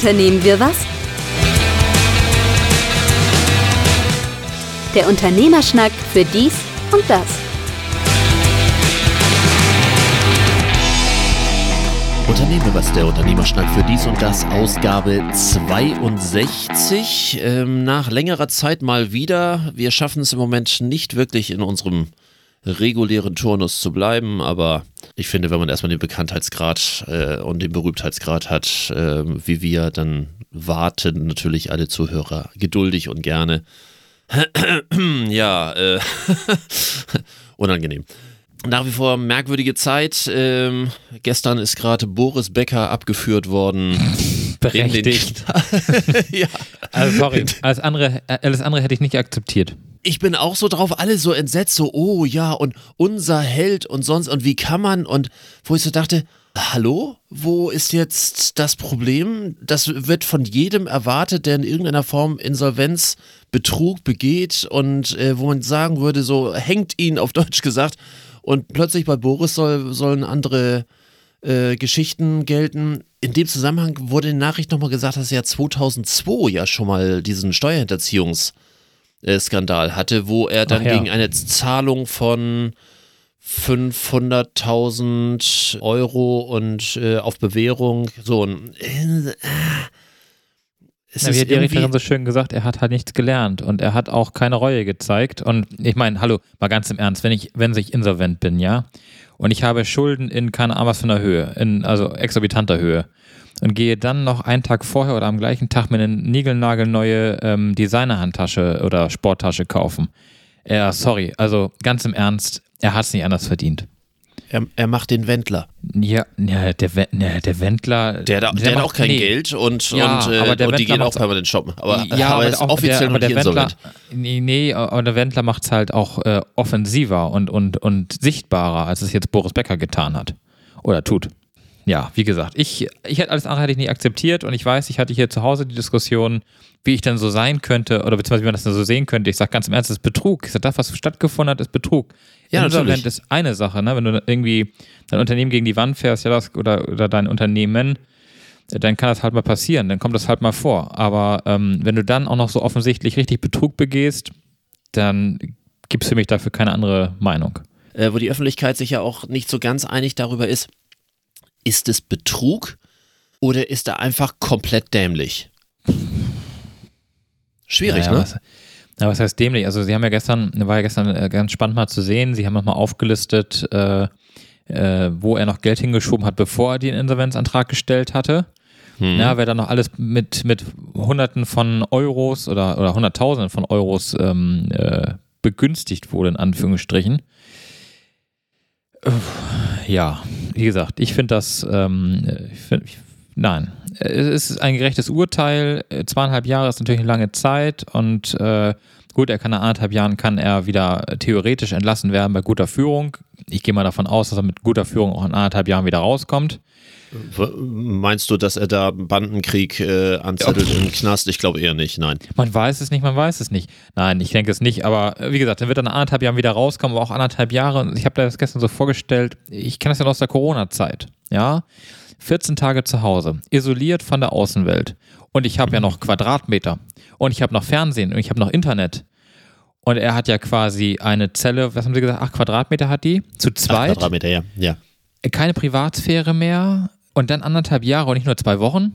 unternehmen wir was? Der Unternehmerschnack für dies und das. Unternehmen was, der Unternehmerschnack für dies und das, Ausgabe 62. Nach längerer Zeit mal wieder. Wir schaffen es im Moment nicht wirklich in unserem regulären Turnus zu bleiben, aber ich finde, wenn man erstmal den Bekanntheitsgrad und den Berühmtheitsgrad hat, wie wir, dann warten natürlich alle Zuhörer geduldig und gerne. Ja, unangenehm. Nach wie vor merkwürdige Zeit. Gestern ist gerade Boris Becker abgeführt worden. Berechtigt. Ja. Also sorry, alles andere hätte ich nicht akzeptiert. Ich bin auch so drauf, alle so entsetzt, so, oh ja, und unser Held und sonst, und wie kann man, und wo ich so dachte, hallo, wo ist jetzt das Problem? Das wird von jedem erwartet, der in irgendeiner Form Insolvenz, Betrug begeht und wo man sagen würde, so hängt ihn, auf Deutsch gesagt, und plötzlich bei Boris sollen andere Geschichten gelten. In dem Zusammenhang wurde in der Nachricht nochmal gesagt, dass er 2002 ja schon mal diesen Steuerhinterziehungsskandal hatte, wo er dann gegen eine Zahlung von 500.000 Euro und auf Bewährung so ein wie hat die Richterin so schön gesagt, er hat halt nichts gelernt und er hat auch keine Reue gezeigt. Und ich meine, hallo, mal ganz im Ernst, wenn ich insolvent bin, ja, und ich habe Schulden in keine Ahnung was für einer Höhe, also exorbitanter Höhe, und gehe dann noch einen Tag vorher oder am gleichen Tag mir eine niegelnagelneue Designer-Handtasche oder Sporttasche kaufen. Sorry, also ganz im Ernst, er hat es nicht anders verdient. Er macht den Wendler. Ja, der Wendler. Der hat auch kein Geld und die gehen auch permanent shoppen. Aber er ist offiziell noch nicht insolvent. Nee, aber der Wendler macht es halt auch offensiver und sichtbarer, als es jetzt Boris Becker getan hat. Oder tut. Ja, wie gesagt, ich hätte alles andere hätte ich nicht akzeptiert und ich weiß, ich hatte hier zu Hause die Diskussion, wie ich denn so sein könnte oder beziehungsweise wie man das denn so sehen könnte. Ich sage ganz im Ernst, das ist Betrug. Ich sage, das, was stattgefunden hat, ist Betrug. Ja, Insolvent ist eine Sache, ne? Wenn du irgendwie dein Unternehmen gegen die Wand fährst, ja, oder dein Unternehmen, dann kann das halt mal passieren, dann kommt das halt mal vor. Aber wenn du dann auch noch so offensichtlich richtig Betrug begehst, dann gibt es für mich dafür keine andere Meinung. Wo die Öffentlichkeit sich ja auch nicht so ganz einig darüber ist es Betrug oder ist er einfach komplett dämlich? Schwierig, ne? Was heißt dämlich? Also sie haben ja gestern ganz spannend mal zu sehen, sie haben nochmal aufgelistet, wo er noch Geld hingeschoben hat, bevor er den Insolvenzantrag gestellt hatte. Ja, wer dann noch alles mit Hunderten von Euros oder Hunderttausenden von Euros begünstigt wurde, in Anführungsstrichen. Ja, wie gesagt, ich finde das, nein. Es ist ein gerechtes Urteil, 2,5 Jahre ist natürlich eine lange Zeit und gut, er kann nach 1,5 Jahren kann er wieder theoretisch entlassen werden bei guter Führung. Ich gehe mal davon aus, dass er mit guter Führung auch in 1,5 Jahren wieder rauskommt. Meinst du, dass er da Bandenkrieg anzettelt im Knast? Ich glaube eher nicht, nein. Man weiß es nicht. Nein, ich denke es nicht, aber wie gesagt, dann wird er nach 1,5 Jahren wieder rauskommen, aber auch 1,5 Jahre. Ich habe das gestern so vorgestellt, ich kenne das ja noch aus der Corona-Zeit, ja. 14 Tage zu Hause, isoliert von der Außenwelt. Und ich habe ja noch Quadratmeter. Und ich habe noch Fernsehen und ich habe noch Internet. Und er hat ja quasi eine Zelle, was haben Sie gesagt, 8 Quadratmeter hat die? Zu zweit. 8 Quadratmeter, ja. Keine Privatsphäre mehr. Und dann 1,5 Jahre und nicht nur 2 Wochen?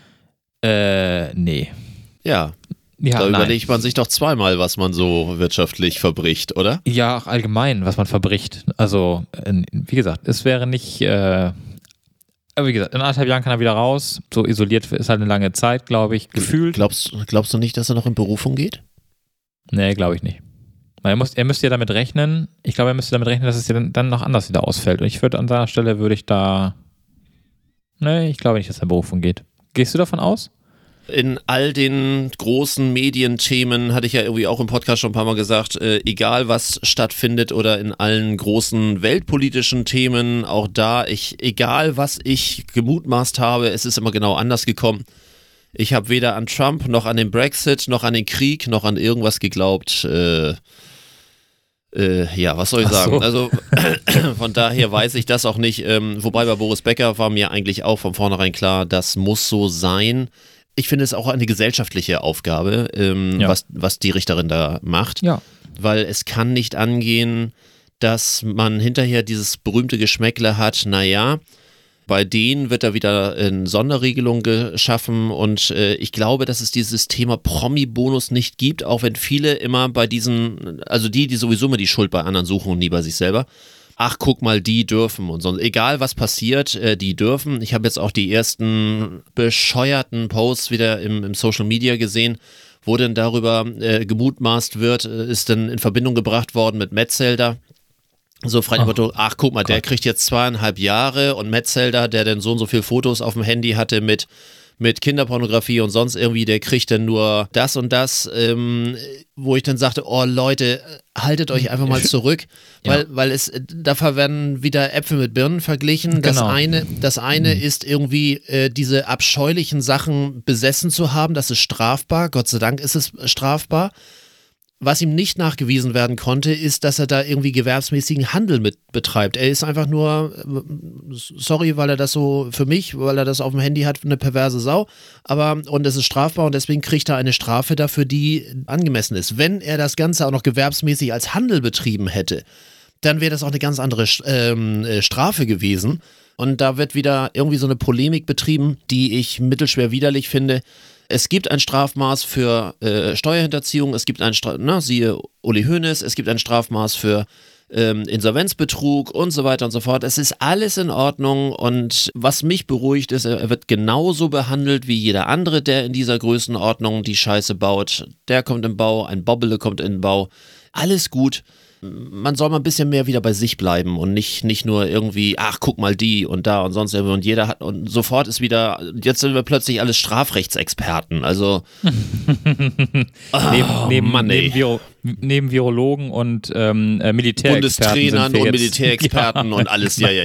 Nee. Ja, da überlegt man sich doch zweimal, was man so wirtschaftlich verbricht, oder? Ja, auch allgemein, was man verbricht. Also, wie gesagt, es wäre nicht... Aber wie gesagt, in 1,5 Jahren kann er wieder raus. So isoliert ist halt eine lange Zeit, glaube ich, gefühlt. Glaubst du nicht, dass er noch in Berufung geht? Nee, glaube ich nicht. Weil er müsste ja damit rechnen, dass es ja dann noch anders wieder ausfällt. Und ich würde an seiner Stelle, ich glaube nicht, dass er in Berufung geht. Gehst du davon aus? In all den großen Medienthemen, hatte ich ja irgendwie auch im Podcast schon ein paar Mal gesagt, egal was stattfindet oder in allen großen weltpolitischen Themen, auch da, egal was ich gemutmaßt habe, es ist immer genau anders gekommen. Ich habe weder an Trump, noch an den Brexit, noch an den Krieg, noch an irgendwas geglaubt. Ja, was soll ich sagen? Also von daher weiß ich das auch nicht. Wobei bei Boris Becker war mir eigentlich auch von vornherein klar, das muss so sein. ich finde es auch eine gesellschaftliche Aufgabe, was die Richterin da macht. Ja. Weil es kann nicht angehen, dass man hinterher dieses berühmte Geschmäckle hat, naja, bei denen wird da wieder eine Sonderregelung geschaffen und ich glaube, dass es dieses Thema Promi-Bonus nicht gibt, auch wenn viele immer bei diesen, also die sowieso immer die Schuld bei anderen suchen und nie bei sich selber. Ach, guck mal, die dürfen und so. Egal, was passiert, die dürfen. Ich habe jetzt auch die ersten bescheuerten Posts wieder im Social Media gesehen, wo denn darüber gemutmaßt wird, ist dann in Verbindung gebracht worden mit Metzelder. So frei nach Motto, ach guck mal, der kriegt jetzt 2,5 Jahre und Metzelder, der dann so und so viele Fotos auf dem Handy hatte mit Kinderpornografie und sonst irgendwie, der kriegt dann nur das und das, wo ich dann sagte, oh Leute, haltet euch einfach mal zurück, weil da werden wieder Äpfel mit Birnen verglichen. Genau. Das eine ist irgendwie diese abscheulichen Sachen besessen zu haben, das ist strafbar, Gott sei Dank ist es strafbar. Was ihm nicht nachgewiesen werden konnte, ist, dass er da irgendwie gewerbsmäßigen Handel mit betreibt. Er ist einfach nur, sorry, weil er das so für mich, weil er das auf dem Handy hat, eine perverse Sau, und es ist strafbar und deswegen kriegt er eine Strafe dafür, die angemessen ist. Wenn er das Ganze auch noch gewerbsmäßig als Handel betrieben hätte, dann wäre das auch eine ganz andere Strafe gewesen. Und da wird wieder irgendwie so eine Polemik betrieben, die ich mittelschwer widerlich finde. Es gibt ein Strafmaß für Steuerhinterziehung, es gibt siehe Uli Hoeneß, es gibt ein Strafmaß für Insolvenzbetrug und so weiter und so fort. Es ist alles in Ordnung und was mich beruhigt ist, er wird genauso behandelt wie jeder andere, der in dieser Größenordnung die Scheiße baut. Der kommt im Bau, ein Bobbele kommt in den Bau. Alles gut. Man soll mal ein bisschen mehr wieder bei sich bleiben und nicht nur irgendwie, ach, guck mal die und da und sonst irgendwie und jeder hat und sofort ist wieder, jetzt sind wir plötzlich alles Strafrechtsexperten, also neben Virologen und Militärexperten Bundestrainern und Militärexperten und alles, ja.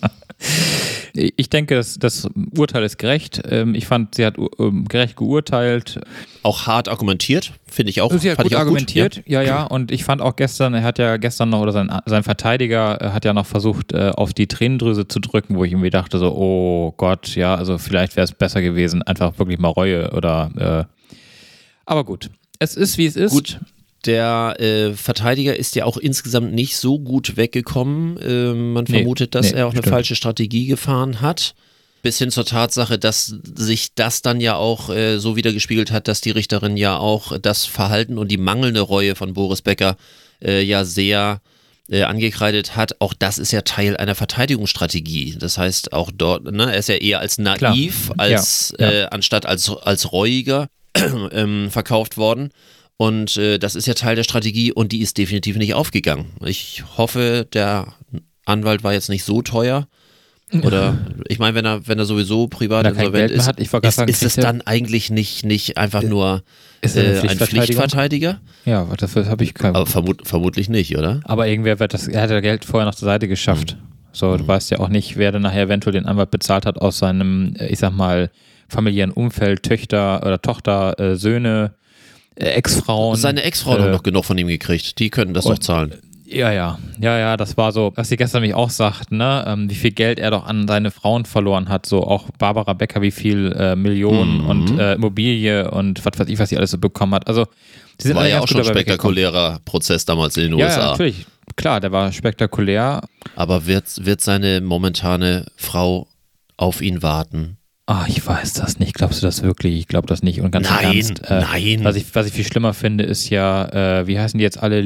Ich denke, das Urteil ist gerecht. Ich fand, sie hat gerecht geurteilt. Auch hart argumentiert, finde ich auch. Sie hat gut argumentiert, gut. Ja. Und ich fand auch gestern, er hat ja gestern noch, oder sein Verteidiger hat ja noch versucht, auf die Tränendrüse zu drücken, wo ich irgendwie dachte so, oh Gott, ja, also vielleicht wäre es besser gewesen, einfach wirklich mal Reue oder, aber gut. Es ist, wie es ist. Gut. Der Verteidiger ist ja auch insgesamt nicht so gut weggekommen. Man vermutet, dass er auch eine falsche Strategie gefahren hat. Bis hin zur Tatsache, dass sich das dann ja auch so wiedergespiegelt hat, dass die Richterin ja auch das Verhalten und die mangelnde Reue von Boris Becker ja sehr angekreidet hat. Auch das ist ja Teil einer Verteidigungsstrategie. Das heißt, auch dort, er ist ja eher als naiv, anstatt als reuiger verkauft worden. Und das ist ja Teil der Strategie und die ist definitiv nicht aufgegangen. Ich hoffe, der Anwalt war jetzt nicht so teuer. Oder ich meine, wenn er sowieso privat insolvent ist, ist es dann eigentlich nicht einfach nur ein Pflichtverteidiger? Ja, dafür habe ich keinen. Aber vermutlich nicht, oder? Aber irgendwer er hat ja Geld vorher noch zur Seite geschafft. So, du weißt ja auch nicht, wer dann nachher eventuell den Anwalt bezahlt hat aus seinem, ich sag mal, familiären Umfeld, Töchter oder Tochter, Söhne, Ex-Frauen. Seine Ex-Frau hat noch genug von ihm gekriegt. Die können das doch zahlen. Ja, das war so, was sie gestern nämlich auch sagt, ne, wie viel Geld er doch an seine Frauen verloren hat, so auch Barbara Becker, wie viel Millionen und Immobilie und was weiß ich, was sie alles so bekommen hat. Also, die sind war ja auch schon ein spektakulärer Prozess damals in den USA. Ja, natürlich, klar, der war spektakulär. Aber wird seine momentane Frau auf ihn warten? Ah, ich weiß das nicht. Glaubst du das wirklich? Ich glaube das nicht. Und ganz im Ernst. Nein. Was ich viel schlimmer finde, ist ja, wie heißen die jetzt alle?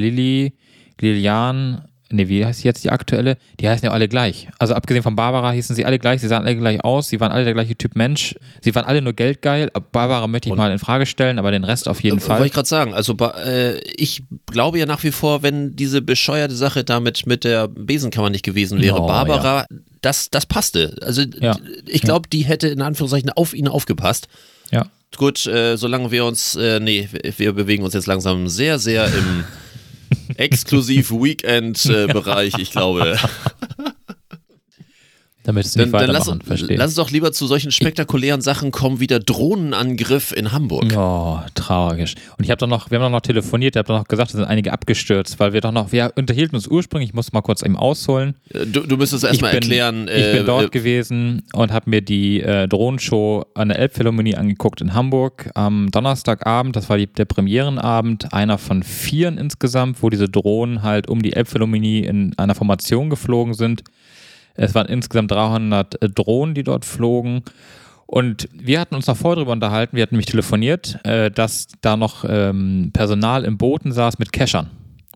Lilian, wie heißt jetzt die aktuelle? Die heißen ja alle gleich. Also abgesehen von Barbara hießen sie alle gleich, sie sahen alle gleich aus, sie waren alle der gleiche Typ Mensch, sie waren alle nur geldgeil. Barbara möchte ich mal in Frage stellen, aber den Rest auf jeden Fall. Wollte ich gerade sagen, also ich glaube ja nach wie vor, wenn diese bescheuerte Sache damit mit der Besenkammer nicht gewesen wäre, Barbara, das passte. Also ich glaube, die hätte in Anführungszeichen auf ihn aufgepasst. Ja. Gut, solange wir uns, wir bewegen uns jetzt langsam sehr, sehr im exklusiv Weekend-Bereich, ich glaube. damit es nicht weitermachen, verstehe. Lass uns doch lieber zu solchen spektakulären Sachen kommen, wie der Drohnenangriff in Hamburg. Oh, tragisch. Und wir haben doch noch telefoniert, ihr habt doch noch gesagt, es sind einige abgestürzt, weil wir unterhielten uns ursprünglich, ich muss mal kurz eben ausholen. Du müsstest erstmal erklären. Ich bin dort gewesen und habe mir die Drohnenshow an der Elbphilharmonie angeguckt in Hamburg am Donnerstagabend, das war der Premierenabend, einer von 4 insgesamt, wo diese Drohnen halt um die Elbphilharmonie in einer Formation geflogen sind. Es waren insgesamt 300 Drohnen, die dort flogen. Und wir hatten uns noch vorher darüber unterhalten, wir hatten nämlich telefoniert, dass da noch Personal im Booten saß mit Cachern,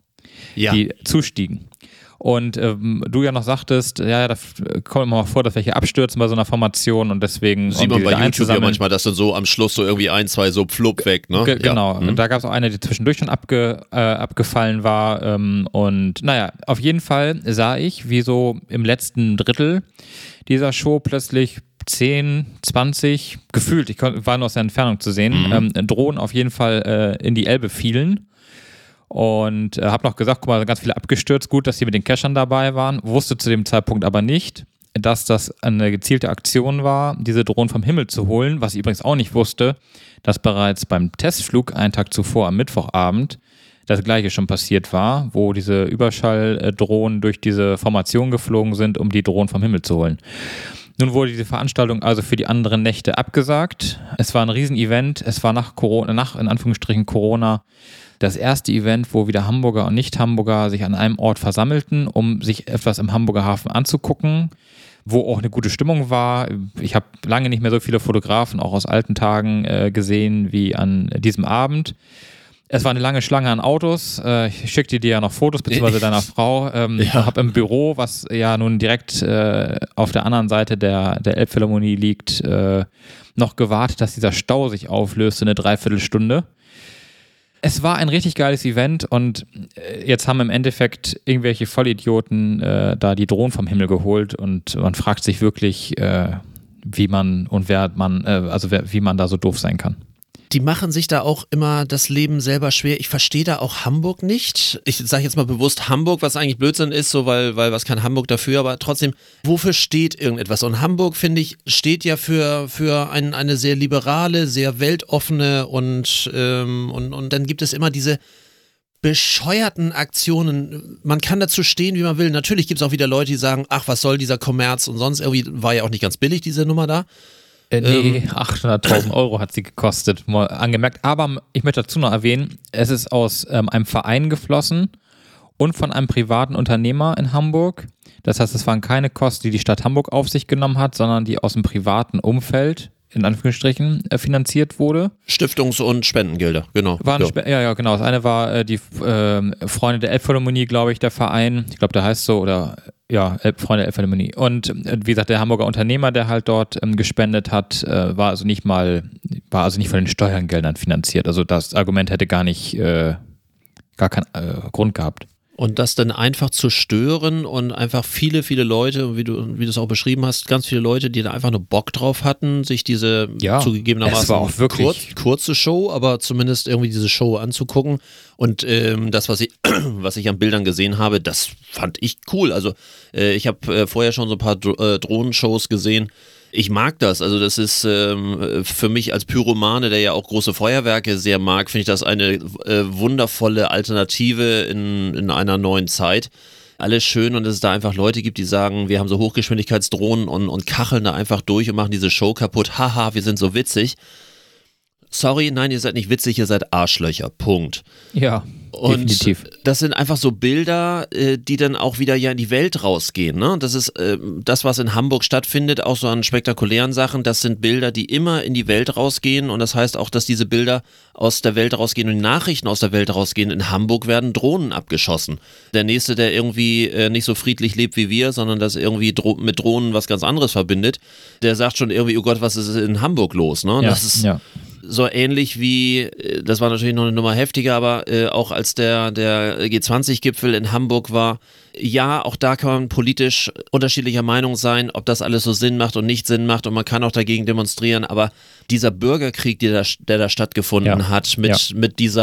die zustiegen. Und du ja noch sagtest, da kommt immer mal vor, dass welche abstürzen bei so einer Formation und deswegen... Sieht man bei YouTube ja manchmal, dass dann so am Schluss so irgendwie 1, 2 so pflupp weg, ne? Genau, und da gab es auch eine, die zwischendurch schon abgefallen war und naja, auf jeden Fall sah ich, wie so im letzten Drittel dieser Show plötzlich 10, 20, gefühlt, ich war nur aus der Entfernung zu sehen, Drohnen auf jeden Fall in die Elbe fielen. Und habe noch gesagt, guck mal, ganz viele abgestürzt, gut, dass die mit den Cachern dabei waren, wusste zu dem Zeitpunkt aber nicht, dass das eine gezielte Aktion war, diese Drohnen vom Himmel zu holen, was ich übrigens auch nicht wusste, dass bereits beim Testflug einen Tag zuvor am Mittwochabend das gleiche schon passiert war, wo diese Überschalldrohnen durch diese Formation geflogen sind, um die Drohnen vom Himmel zu holen. Nun wurde diese Veranstaltung also für die anderen Nächte abgesagt. Es war ein Riesenevent, es war nach in Anführungsstrichen Corona, das erste Event, wo wieder Hamburger und Nicht-Hamburger sich an einem Ort versammelten, um sich etwas im Hamburger Hafen anzugucken, wo auch eine gute Stimmung war. Ich habe lange nicht mehr so viele Fotografen, auch aus alten Tagen, gesehen wie an diesem Abend. Es war eine lange Schlange an Autos. Ich schickte dir ja noch Fotos, beziehungsweise deiner Frau. Habe im Büro, was ja nun direkt auf der anderen Seite der Elbphilharmonie liegt, noch gewartet, dass dieser Stau sich auflöst in eine Dreiviertelstunde. Es war ein richtig geiles Event und jetzt haben im Endeffekt irgendwelche Vollidioten da die Drohnen vom Himmel geholt und man fragt sich wirklich, wie man da so doof sein kann. Die machen sich da auch immer das Leben selber schwer. Ich verstehe da auch Hamburg nicht. Ich sage jetzt mal bewusst Hamburg, was eigentlich Blödsinn ist, so weil was kann Hamburg dafür, aber trotzdem, wofür steht irgendetwas? Und Hamburg, finde ich, steht ja für eine sehr liberale, sehr weltoffene und dann gibt es immer diese bescheuerten Aktionen. Man kann dazu stehen, wie man will. Natürlich gibt es auch wieder Leute, die sagen, ach, was soll dieser Kommerz und sonst irgendwie, war ja auch nicht ganz billig, diese Nummer da. Nee, 800.000 Euro hat sie gekostet, mal angemerkt. Aber ich möchte dazu noch erwähnen, es ist aus einem Verein geflossen und von einem privaten Unternehmer in Hamburg. Das heißt, es waren keine Kosten, die die Stadt Hamburg auf sich genommen hat, sondern die aus dem privaten Umfeld, in Anführungsstrichen, finanziert wurde. Stiftungs- und Spendengelder, genau. Ja, genau. Das eine war die Freunde der Elbphilharmonie, glaube ich, der Verein. Ich glaube, der heißt so, oder ja, Freunde der Elbphilharmonie. Und wie gesagt, der Hamburger Unternehmer, der halt dort gespendet hat, war also nicht von den Steuergeldern finanziert. Also das Argument hätte gar keinen Grund gehabt. Und das dann einfach zu stören und einfach viele, viele Leute, wie du es auch beschrieben hast, ganz viele Leute, die da einfach nur Bock drauf hatten, sich diese zugegebenermaßen es war auch wirklich kurze Show, aber zumindest irgendwie diese Show anzugucken. Und das, was ich an Bildern gesehen habe, das fand ich cool. Also ich habe vorher schon so ein paar Drohnenshows gesehen. Ich mag das, also das ist für mich als Pyromane, der ja auch große Feuerwerke sehr mag, finde ich das eine wundervolle Alternative in einer neuen Zeit. Alles schön und dass es da einfach Leute gibt, die sagen, wir haben so Hochgeschwindigkeitsdrohnen und kacheln da einfach durch und machen diese Show kaputt. Haha, wir sind so witzig. Sorry, nein, ihr seid nicht witzig, ihr seid Arschlöcher. Punkt. Ja, und definitiv. Das sind einfach so Bilder, die dann auch wieder ja in die Welt rausgehen. Ne? Das ist das, was in Hamburg stattfindet, auch so an spektakulären Sachen. Das sind Bilder, die immer in die Welt rausgehen. Und das heißt auch, dass diese Bilder aus der Welt rausgehen und die Nachrichten aus der Welt rausgehen. In Hamburg werden Drohnen abgeschossen. Der Nächste, der irgendwie nicht so friedlich lebt wie wir, sondern das irgendwie mit Drohnen was ganz anderes verbindet, der sagt schon irgendwie, oh Gott, was ist in Hamburg los? Ne? Das ist so ähnlich wie, das war natürlich noch eine Nummer heftiger, aber auch als der G20-Gipfel in Hamburg war, ja, auch da kann man politisch unterschiedlicher Meinung sein, ob das alles so Sinn macht und nicht Sinn macht und man kann auch dagegen demonstrieren, aber dieser Bürgerkrieg, der da stattgefunden hat, mit dieser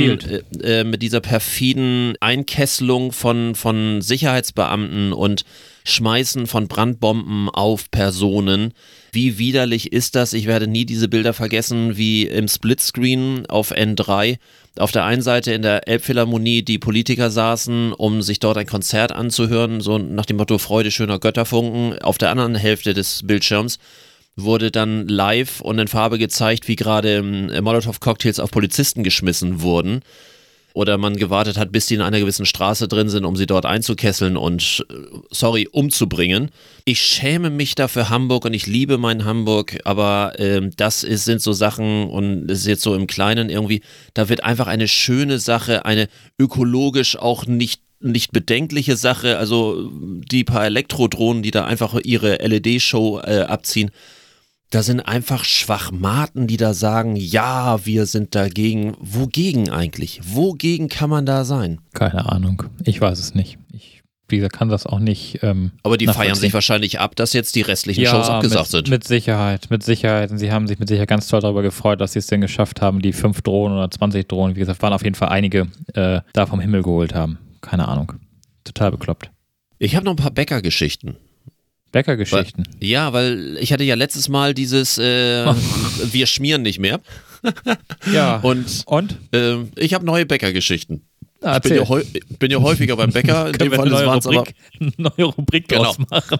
perfiden Einkesselung von Sicherheitsbeamten und Schmeißen von Brandbomben auf Personen. Wie widerlich ist das? Ich werde nie diese Bilder vergessen, wie im Splitscreen auf N3 auf der einen Seite in der Elbphilharmonie die Politiker saßen, um sich dort ein Konzert anzuhören, so nach dem Motto Freude schöner Götterfunken. Auf der anderen Hälfte des Bildschirms wurde dann live und in Farbe gezeigt, wie gerade Molotow-Cocktails auf Polizisten geschmissen wurden. Oder man gewartet hat, bis die in einer gewissen Straße drin sind, um sie dort einzukesseln und, umzubringen. Ich schäme mich da für Hamburg und ich liebe mein Hamburg, aber sind so Sachen und es ist jetzt so im Kleinen irgendwie, da wird einfach eine schöne Sache, eine ökologisch auch nicht bedenkliche Sache, also die paar Elektrodrohnen, die da einfach ihre LED-Show abziehen, da sind einfach Schwachmaten, die da sagen, ja, wir sind dagegen. Wogegen eigentlich? Wogegen kann man da sein? Keine Ahnung. Ich weiß es nicht. Wie gesagt, kann das auch nicht. Aber die feiern sich wahrscheinlich ab, dass jetzt die restlichen Shows abgesagt sind. Mit Sicherheit. Und sie haben sich mit Sicherheit ganz toll darüber gefreut, dass sie es denn geschafft haben, die 5 Drohnen oder 20 Drohnen, wie gesagt, waren auf jeden Fall einige, da vom Himmel geholt haben. Keine Ahnung. Total bekloppt. Ich habe noch ein paar Bäckergeschichten. Bäckergeschichten? Weil ich hatte ja letztes Mal dieses wir schmieren nicht mehr. Ja. Und? Ich habe neue Bäckergeschichten. Ich bin ja häufiger beim Bäcker. In dem Fall waren es aber eine neue Rubrik draus machen.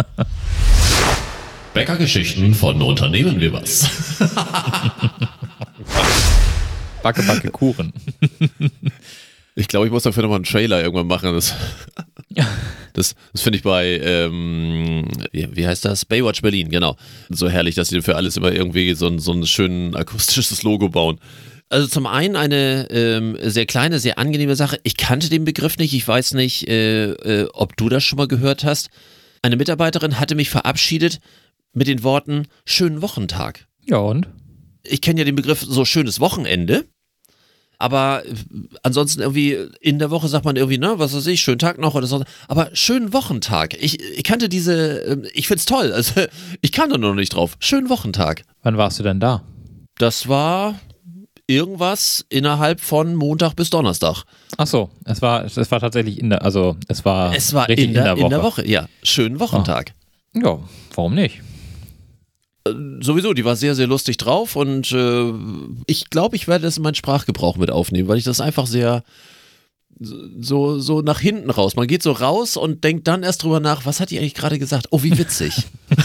Bäckergeschichten von Unternehmen wie was. Backe Kuchen. Ich glaube, ich muss dafür nochmal einen Trailer irgendwann machen. Das finde ich bei, wie heißt das? Baywatch Berlin, genau. So herrlich, dass sie für alles immer irgendwie so ein schönes akustisches Logo bauen. Also zum einen eine sehr kleine, sehr angenehme Sache. Ich kannte den Begriff nicht. Ich weiß nicht, ob du das schon mal gehört hast. Eine Mitarbeiterin hatte mich verabschiedet mit den Worten schönen Wochentag. Ja und? Ich kenne ja den Begriff so schönes Wochenende. Aber ansonsten irgendwie in der Woche sagt man irgendwie, ne, was weiß ich, schönen Tag noch oder so. Aber schönen Wochentag. Ich kannte ich find's toll. Also ich kam da noch nicht drauf. Schönen Wochentag. Wann warst du denn da? Das war irgendwas innerhalb von Montag bis Donnerstag. Ach so, es war tatsächlich es war richtig in der Woche. Ja, schönen Wochentag. Ja, warum nicht? Sowieso, die war sehr, sehr lustig drauf und ich glaube, ich werde das in meinen Sprachgebrauch mit aufnehmen, weil ich das einfach sehr so nach hinten raus. Man geht so raus und denkt dann erst drüber nach, was hat die eigentlich gerade gesagt? Oh, wie witzig.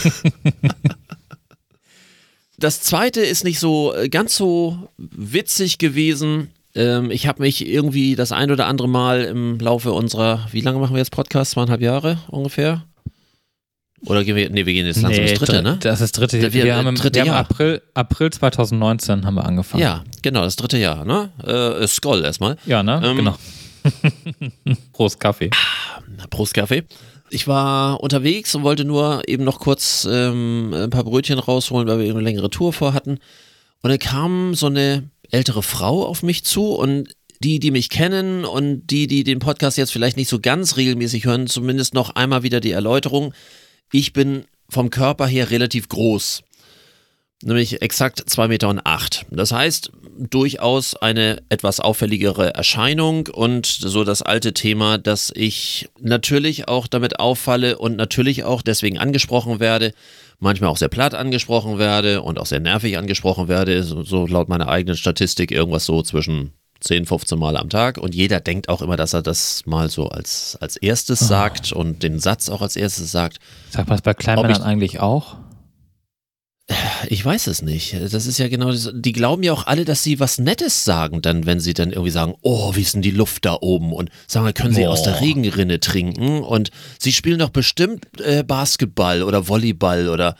Das zweite ist nicht so ganz so witzig gewesen. Ich habe mich irgendwie das ein oder andere Mal im Laufe unserer, wie lange machen wir jetzt Podcast? 2,5 Jahre ungefähr? Oder gehen wir gehen jetzt langsam ins dritte, ne? Das ist das dritte. Wir haben April 2019 haben wir angefangen. Ja, genau, das dritte Jahr, ne? Skoll erstmal. Ja, ne? Genau. Prost Kaffee. Prost Kaffee. Ich war unterwegs und wollte nur eben noch kurz ein paar Brötchen rausholen, weil wir eine längere Tour vorhatten. Und dann kam so eine ältere Frau auf mich zu und die mich kennen und die den Podcast jetzt vielleicht nicht so ganz regelmäßig hören, zumindest noch einmal wieder die Erläuterung. Ich bin vom Körper her relativ groß, nämlich exakt 2,8 Meter. Das heißt, durchaus eine etwas auffälligere Erscheinung und so das alte Thema, dass ich natürlich auch damit auffalle und natürlich auch deswegen angesprochen werde, manchmal auch sehr platt angesprochen werde und auch sehr nervig angesprochen werde, so laut meiner eigenen Statistik irgendwas so zwischen 10, 15 Mal am Tag und jeder denkt auch immer, dass er das mal so als erstes sagt und den Satz auch als erstes sagt. Sagt man das bei Kleinmännern eigentlich auch? Ich weiß es nicht. Das ist ja genau das. Die glauben ja auch alle, dass sie was Nettes sagen, dann, wenn sie dann irgendwie sagen, oh, wie ist denn die Luft da oben? Und sagen, können sie aus der Regenrinne trinken? Und sie spielen doch bestimmt Basketball oder Volleyball oder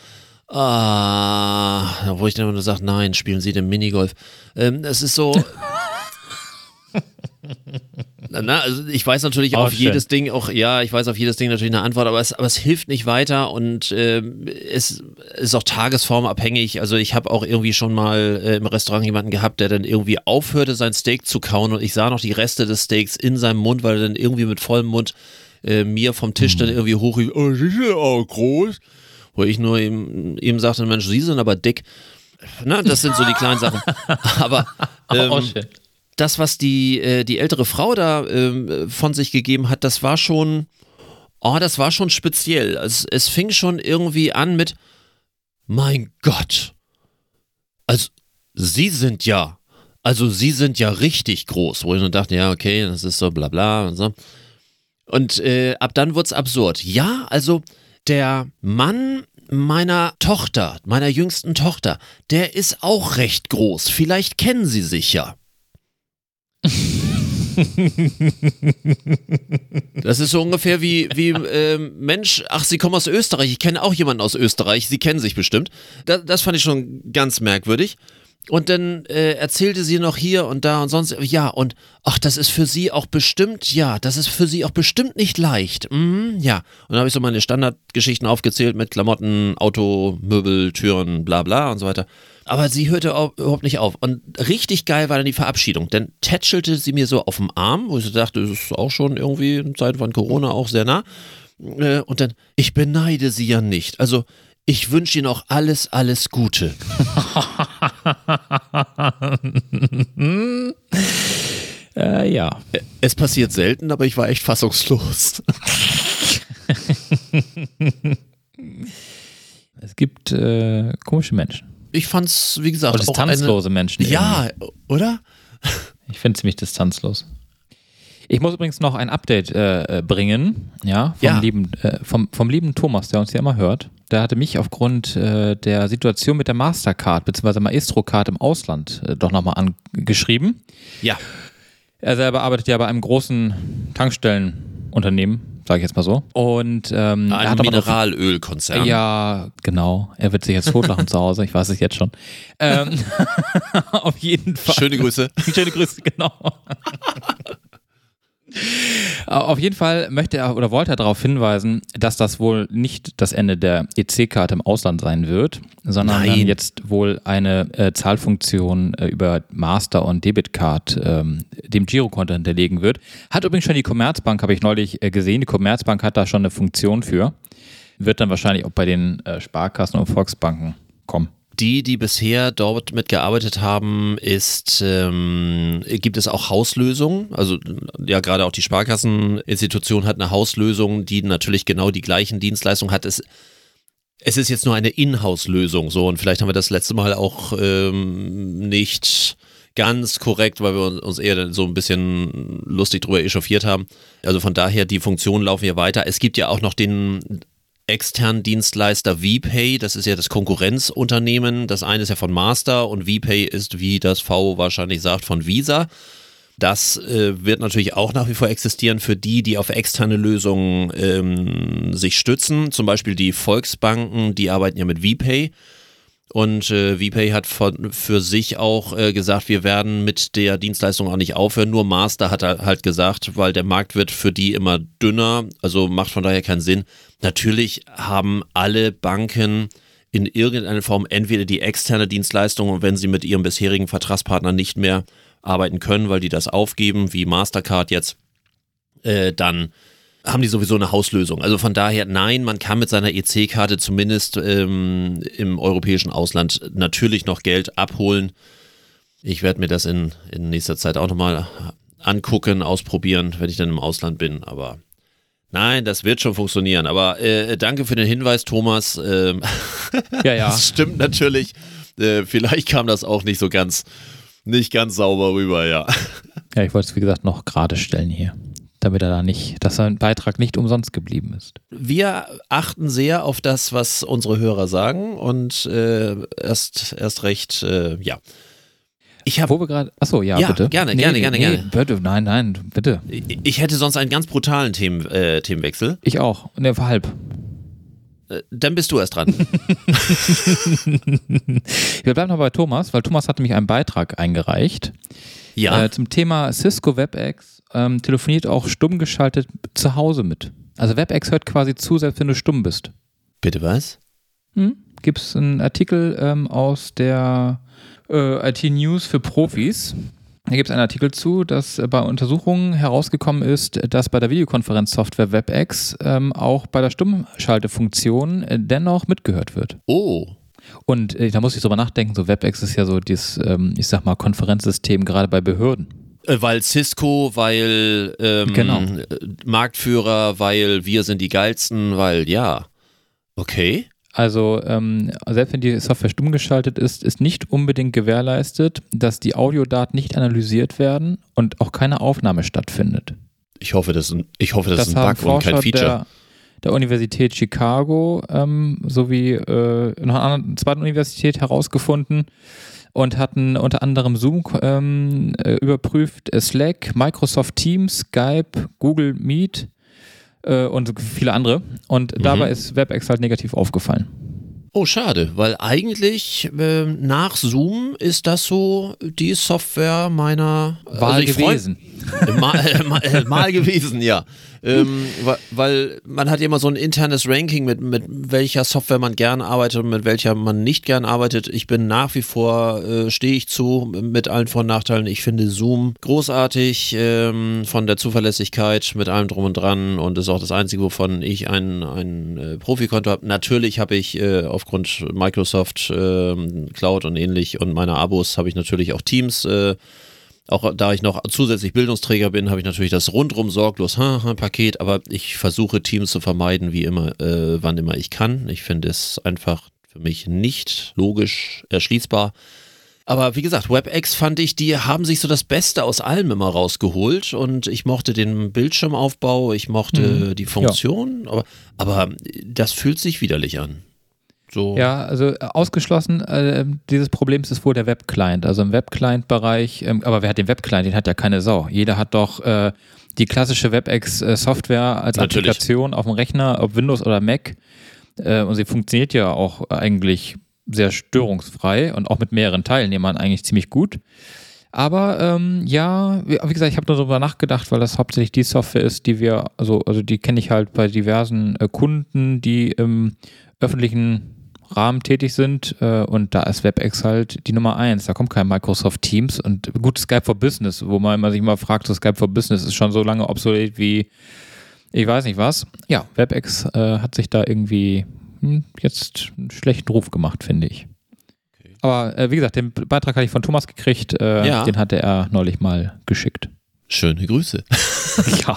wo ich dann nur sage, nein, spielen sie den Minigolf. Es ist so. Also ich weiß natürlich auf jedes Ding auch, ja, ich weiß auf jedes Ding natürlich eine Antwort, aber es hilft nicht weiter und es ist auch tagesformabhängig. Also ich habe auch irgendwie schon mal im Restaurant jemanden gehabt, der dann irgendwie aufhörte, sein Steak zu kauen und ich sah noch die Reste des Steaks in seinem Mund, weil er dann irgendwie mit vollem Mund mir vom Tisch dann irgendwie hochrief, oh, sie sind auch groß. Wo ich nur ihm sagte, Mensch, Sie sind aber dick. Na, das sind so die kleinen Sachen. Aber das, was die ältere Frau da von sich gegeben hat, das war schon das war schon speziell. Es fing schon irgendwie an mit, mein Gott, also Sie sind ja richtig groß. Wo ich nur dachte, ja, okay, das ist so bla bla und so. Und ab dann wurde es absurd. Ja, also der Mann meiner jüngsten Tochter, der ist auch recht groß. Vielleicht kennen Sie sich ja. Das ist so ungefähr wie Mensch, ach, Sie kommen aus Österreich. Ich kenne auch jemanden aus Österreich. Sie kennen sich bestimmt. Das fand ich schon ganz merkwürdig. Und dann erzählte sie noch hier und da und sonst, ja, und ach, das ist für sie auch bestimmt nicht leicht. Ja. Und dann habe ich so meine Standardgeschichten aufgezählt mit Klamotten, Auto, Möbel, Türen, bla bla und so weiter. Aber sie hörte überhaupt nicht auf. Und richtig geil war dann die Verabschiedung. Dann tätschelte sie mir so auf dem Arm, wo ich so dachte, das ist auch schon irgendwie in Zeiten von Corona auch sehr nah. Und dann, ich beneide sie ja nicht. Also, ich wünsche Ihnen auch alles Gute. Ja. Es passiert selten, aber ich war echt fassungslos. Es gibt komische Menschen. Ich fand's, wie gesagt, auch distanzlose Menschen. Ja, oder? Ich finde ziemlich distanzlos. Ich muss übrigens noch ein Update bringen, ja, vom lieben Thomas, der uns ja immer hört. Der hatte mich aufgrund der Situation mit der Mastercard bzw. Maestro-Card im Ausland doch nochmal angeschrieben. Ja. Er selber arbeitet ja bei einem großen Tankstellenunternehmen, sage ich jetzt mal so. Und ein Mineralölkonzern. Ja, genau. Er wird sich jetzt totlachen zu Hause, ich weiß es jetzt schon. Auf jeden Fall. Schöne Grüße. Schöne Grüße, genau. Auf jeden Fall wollte er darauf hinweisen, dass das wohl nicht das Ende der EC-Karte im Ausland sein wird, sondern dann jetzt wohl eine Zahlfunktion über Master- und Debitcard dem Girokonto hinterlegen wird. Hat übrigens schon die Commerzbank, habe ich neulich gesehen. Die Commerzbank hat da schon eine Funktion für. Wird dann wahrscheinlich auch bei den Sparkassen und Volksbanken kommen. Die bisher dort mitgearbeitet haben, gibt es auch Hauslösungen. Also ja, gerade auch die Sparkasseninstitution hat eine Hauslösung, die natürlich genau die gleichen Dienstleistungen hat. Es ist jetzt nur eine Inhouse-Lösung, so, und vielleicht haben wir das letzte Mal auch nicht ganz korrekt, weil wir uns eher so ein bisschen lustig drüber echauffiert haben. Also von daher, die Funktionen laufen hier weiter. Es gibt ja auch noch den externen Dienstleister VPay, das ist ja das Konkurrenzunternehmen. Das eine ist ja von Master und VPay ist, wie das V wahrscheinlich sagt, von Visa. Das wird natürlich auch nach wie vor existieren für die auf externe Lösungen sich stützen. Zum Beispiel die Volksbanken, die arbeiten ja mit VPay. Und VPay hat für sich auch gesagt, wir werden mit der Dienstleistung auch nicht aufhören. Nur Master hat halt gesagt, weil der Markt wird für die immer dünner, also macht von daher keinen Sinn. Natürlich haben alle Banken in irgendeiner Form entweder die externe Dienstleistung, und wenn sie mit ihrem bisherigen Vertragspartner nicht mehr arbeiten können, weil die das aufgeben, wie Mastercard jetzt, dann haben die sowieso eine Hauslösung. Also von daher, nein, man kann mit seiner EC-Karte zumindest im europäischen Ausland natürlich noch Geld abholen. Ich werde mir das in nächster Zeit auch nochmal angucken, ausprobieren, wenn ich dann im Ausland bin. Aber nein, das wird schon funktionieren. Aber danke für den Hinweis, Thomas. Ja. Das stimmt natürlich. Vielleicht kam das auch nicht ganz sauber rüber, ja. Ja, ich wollte es, wie gesagt, noch gerade stellen hier, damit dass sein Beitrag nicht umsonst geblieben ist. Wir achten sehr auf das, was unsere Hörer sagen, und erst recht, ja. Wo wir gerade, achso, ja, bitte. Gerne. Bitte, nein, bitte. Ich hätte sonst einen ganz brutalen Themenwechsel. Ich auch, ne, halb. Dann bist du erst dran. Wir bleiben noch bei Thomas, weil Thomas hat nämlich einen Beitrag eingereicht. Ja. Zum Thema Cisco WebEx telefoniert auch stumm geschaltet zu Hause mit. Also WebEx hört quasi zu, selbst wenn du stumm bist. Bitte was? Gibt es einen Artikel aus der IT-News für Profis. Da gibt es einen Artikel zu, dass bei Untersuchungen herausgekommen ist, dass bei der Videokonferenzsoftware WebEx auch bei der Stummschaltefunktion dennoch mitgehört wird. Oh. Und da muss ich drüber nachdenken, so WebEx ist ja so dieses, ich sag mal, Konferenzsystem gerade bei Behörden. Weil Cisco, weil Genau. Marktführer, weil wir sind die Geilsten, weil ja. Okay. Also selbst wenn die Software stumm geschaltet ist nicht unbedingt gewährleistet, dass die Audiodaten nicht analysiert werden und auch keine Aufnahme stattfindet. Ich hoffe, das ist ein haben Bug und kein Forscher Feature. der Universität Chicago sowie noch einer zweiten Universität herausgefunden und hatten unter anderem Zoom überprüft, Slack, Microsoft Teams, Skype, Google Meet und viele andere. Und dabei ist WebEx halt negativ aufgefallen. Oh, schade, weil eigentlich nach Zoom ist das so die Software meiner Wahl gewesen. Mal gewesen, ja. Weil man hat ja immer so ein internes Ranking mit welcher Software man gern arbeitet und mit welcher man nicht gern arbeitet. Ich bin nach wie vor, stehe ich zu, mit allen Vor- und Nachteilen. Ich finde Zoom großartig, von der Zuverlässigkeit, mit allem drum und dran, und ist auch das Einzige, wovon ich ein Profikonto habe. Natürlich habe ich aufgrund Microsoft Cloud und ähnlich und meiner Abos habe ich natürlich auch Teams. Auch da ich noch zusätzlich Bildungsträger bin, habe ich natürlich das rundrum sorglos Paket, aber ich versuche Teams zu vermeiden, wie immer, wann immer ich kann. Ich finde es einfach für mich nicht logisch erschließbar. Aber wie gesagt, WebEx fand ich, die haben sich so das Beste aus allem immer rausgeholt, und ich mochte den Bildschirmaufbau, ich mochte die Funktion, aber das fühlt sich widerlich an. So. Ja, also ausgeschlossen dieses Problems ist wohl der Webclient. Also im Webclient-Bereich, aber wer hat den Webclient? Den hat ja keine Sau. Jeder hat doch die klassische WebEx-Software als Natürlich. Applikation auf dem Rechner, ob Windows oder Mac. Und sie funktioniert ja auch eigentlich sehr störungsfrei und auch mit mehreren Teilnehmern eigentlich ziemlich gut. Aber ja, wie gesagt, ich habe darüber nachgedacht, weil das hauptsächlich die Software ist, die wir, also die kenne ich halt bei diversen Kunden, die im öffentlichen Rahmen tätig sind, und da ist WebEx halt die Nummer 1. Da kommt kein Microsoft Teams und gut, Skype for Business, wo man sich mal fragt, so Skype for Business ist schon so lange obsolet wie ich weiß nicht was. Ja, WebEx hat sich da irgendwie jetzt einen schlechten Ruf gemacht, finde ich. Okay. Aber wie gesagt, den Beitrag hatte ich von Thomas gekriegt, den hatte er neulich mal geschickt. Schöne Grüße. Ja.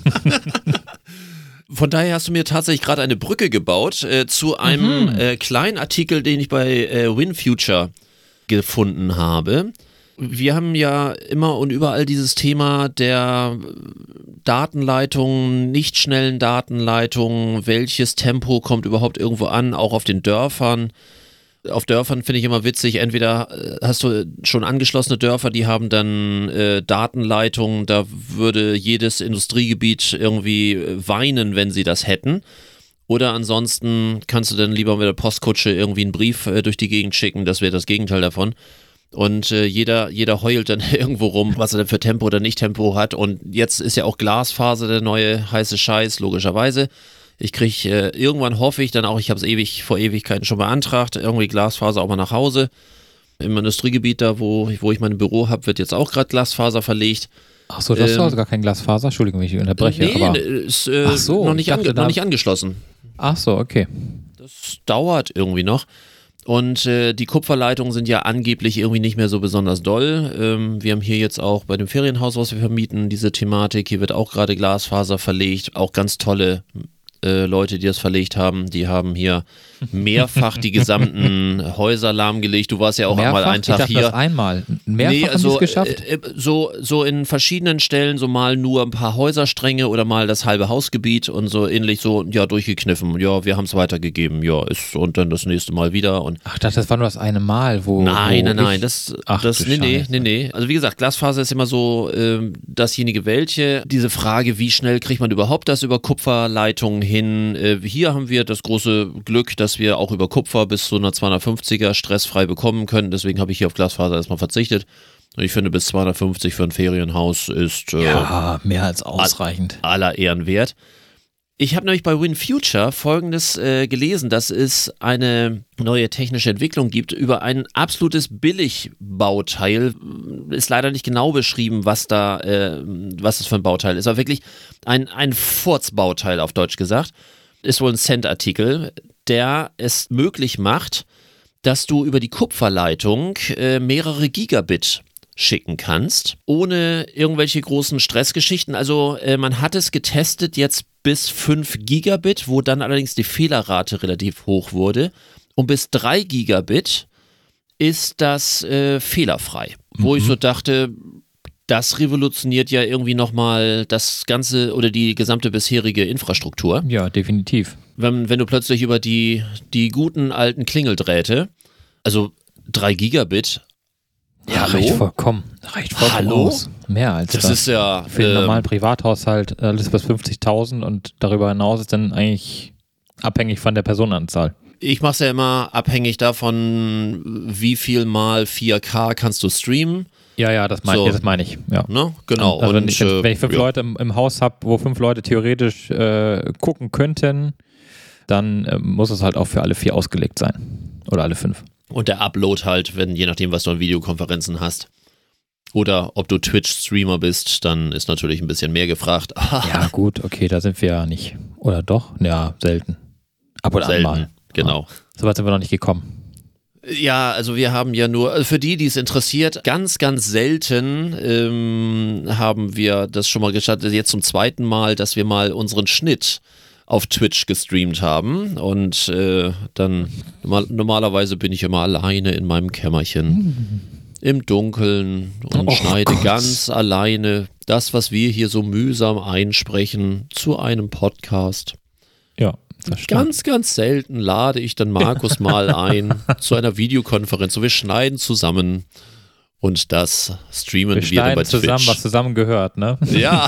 Von daher hast du mir tatsächlich gerade eine Brücke gebaut zu einem kleinen Artikel, den ich bei WinFuture gefunden habe. Wir haben ja immer und überall dieses Thema der Datenleitungen, nicht schnellen Datenleitungen, welches Tempo kommt überhaupt irgendwo an, auch auf den Dörfern. Auf Dörfern finde ich immer witzig, entweder hast du schon angeschlossene Dörfer, die haben dann Datenleitungen, da würde jedes Industriegebiet irgendwie weinen, wenn sie das hätten. Oder ansonsten kannst du dann lieber mit der Postkutsche irgendwie einen Brief durch die Gegend schicken, das wäre das Gegenteil davon. Und jeder heult dann irgendwo rum, was er denn für Tempo oder nicht Tempo hat. Und jetzt ist ja auch Glasfaser der neue heiße Scheiß, logischerweise. Ich kriege irgendwann, hoffe ich dann auch, ich habe es vor Ewigkeiten schon beantragt, irgendwie Glasfaser auch mal nach Hause. Im Industriegebiet da, wo ich mein Büro habe, wird jetzt auch gerade Glasfaser verlegt. Ach so, du hast zu Hause gar kein Glasfaser? Entschuldigung, wenn ich unterbreche. Nee, aber ist noch nicht angeschlossen. Ach so, okay. Das dauert irgendwie noch. Und die Kupferleitungen sind ja angeblich irgendwie nicht mehr so besonders doll. Wir haben hier jetzt auch bei dem Ferienhaus, was wir vermieten, diese Thematik. Hier wird auch gerade Glasfaser verlegt. Auch ganz tolle Leute, die das verlegt haben, die haben hier mehrfach die gesamten Häuser lahmgelegt. Du warst ja auch einmal einen Tag hier. Das einmal. Mehrfach haben sie es geschafft? So in verschiedenen Stellen, so mal nur ein paar Häuserstränge oder mal das halbe Hausgebiet und so ähnlich so, ja, durchgekniffen. Ja, wir haben es weitergegeben. Ja, und dann das nächste Mal wieder. Und ach, das war nur das eine Mal, wo. Nein. Nee. Nee. Also wie gesagt, Glasfaser ist immer so dasjenige welche. Diese Frage, wie schnell kriegt man überhaupt das über Kupferleitungen hin? Hier haben wir das große Glück, dass wir auch über Kupfer bis zu einer 250er stressfrei bekommen können. Deswegen habe ich hier auf Glasfaser erstmal verzichtet. Und ich finde, bis 250 für ein Ferienhaus ist ja, mehr als ausreichend. Aller Ehren wert. Ich habe nämlich bei WinFuture Folgendes gelesen, dass es eine neue technische Entwicklung gibt über ein absolutes Billigbauteil. Ist leider nicht genau beschrieben, was das für ein Bauteil ist, aber wirklich ein Furzbauteil auf Deutsch gesagt. Ist wohl ein Cent-Artikel, der es möglich macht, dass du über die Kupferleitung mehrere Gigabit schicken kannst, ohne irgendwelche großen Stressgeschichten. Also man hat es getestet jetzt bis 5 Gigabit, wo dann allerdings die Fehlerrate relativ hoch wurde. Und bis 3 Gigabit ist das fehlerfrei. Wo ich so dachte, das revolutioniert ja irgendwie nochmal das ganze oder die gesamte bisherige Infrastruktur. Ja, definitiv. Wenn du plötzlich über die guten alten Klingeldrähte, also 3 Gigabit, ja, hallo? reicht vollkommen Hallo? aus. Mehr als Das ist ja für den normalen Privathaushalt alles bis 50.000 und darüber hinaus ist dann eigentlich abhängig von der Personenanzahl. Ich mache es ja immer abhängig davon, wie viel mal 4K kannst du streamen. Ja, das meine ich. Ja. Ne? Genau. Also wenn ich 5 Leute im Haus habe, wo 5 Leute theoretisch gucken könnten, dann muss es halt auch für alle 4 ausgelegt sein. Oder alle 5. Und der Upload halt, je nachdem, was du an Videokonferenzen hast. Oder ob du Twitch-Streamer bist, dann ist natürlich ein bisschen mehr gefragt. Ja gut, okay, da sind wir ja nicht. Oder doch? Ja, selten. Ab und an mal. Genau. Ja. So weit sind wir noch nicht gekommen. Ja, also wir haben ja nur, also für die es interessiert, ganz, ganz selten haben wir das schon mal gestartet, jetzt zum 2. Mal, dass wir mal unseren Schnitt auf Twitch gestreamt haben und dann normalerweise bin ich immer alleine in meinem Kämmerchen im Dunkeln und schneide ganz alleine das, was wir hier so mühsam einsprechen, zu einem Podcast. Ja. Das stimmt. Ganz, ganz selten lade ich dann Markus mal ein zu einer Videokonferenz. So, wir schneiden zusammen und das streamen wir dann bei Twitch. Zusammen, was zusammengehört, ne? Ja.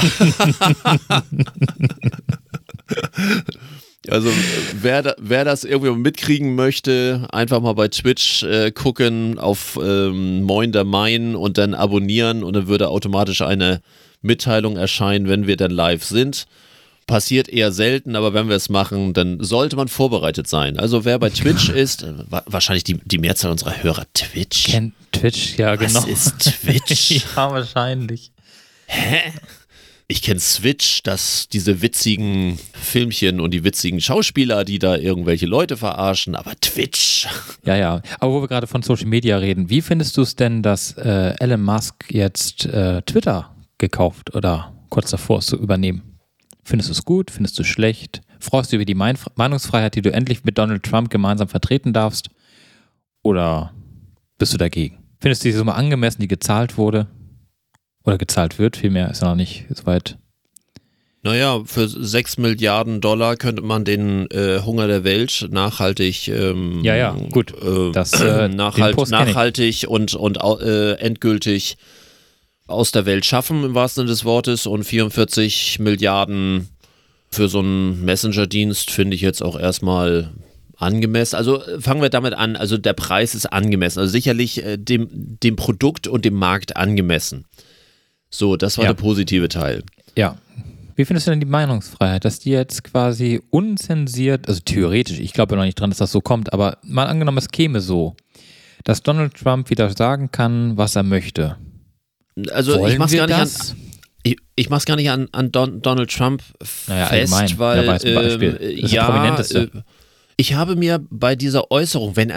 Also wer das irgendwie mitkriegen möchte, einfach mal bei Twitch gucken auf Moin der Main und dann abonnieren und dann würde automatisch eine Mitteilung erscheinen, wenn wir dann live sind. Passiert eher selten, aber wenn wir es machen, dann sollte man vorbereitet sein. Also wer bei Twitch ist, wahrscheinlich die Mehrzahl unserer Hörer Twitch. Kennt Twitch, ja genau. Was ist Twitch? Ja, wahrscheinlich. Hä? Ich kenne Switch, diese witzigen Filmchen und die witzigen Schauspieler, die da irgendwelche Leute verarschen, aber Twitch. Ja. Aber wo wir gerade von Social Media reden, wie findest du es denn, dass Elon Musk jetzt Twitter gekauft oder kurz davor ist zu übernehmen? Findest du es gut? Findest du es schlecht? Freust du über die Meinungsfreiheit, die du endlich mit Donald Trump gemeinsam vertreten darfst? Oder bist du dagegen? Findest du die Summe angemessen, die gezahlt wurde? Oder gezahlt wird? Vielmehr ist ja noch nicht so weit. Naja, für 6 Milliarden $, könnte man den Hunger der Welt nachhaltig gut. Nachhaltig und endgültig aus der Welt schaffen, im wahrsten Sinne des Wortes, und 44 Milliarden für so einen Messenger-Dienst finde ich jetzt auch erstmal angemessen. Also fangen wir damit an, also der Preis ist angemessen, also sicherlich dem Produkt und dem Markt angemessen. So, das war der positive Teil. Ja. Wie findest du denn die Meinungsfreiheit, dass die jetzt quasi unzensiert, also theoretisch, ich glaube ja noch nicht dran, dass das so kommt, aber mal angenommen, es käme so, dass Donald Trump wieder sagen kann, was er möchte. Also ich mach's gar nicht an Donald Trump fest, weil er weiß ein Beispiel. Das Prominenteste. Ich habe mir bei dieser Äußerung, wenn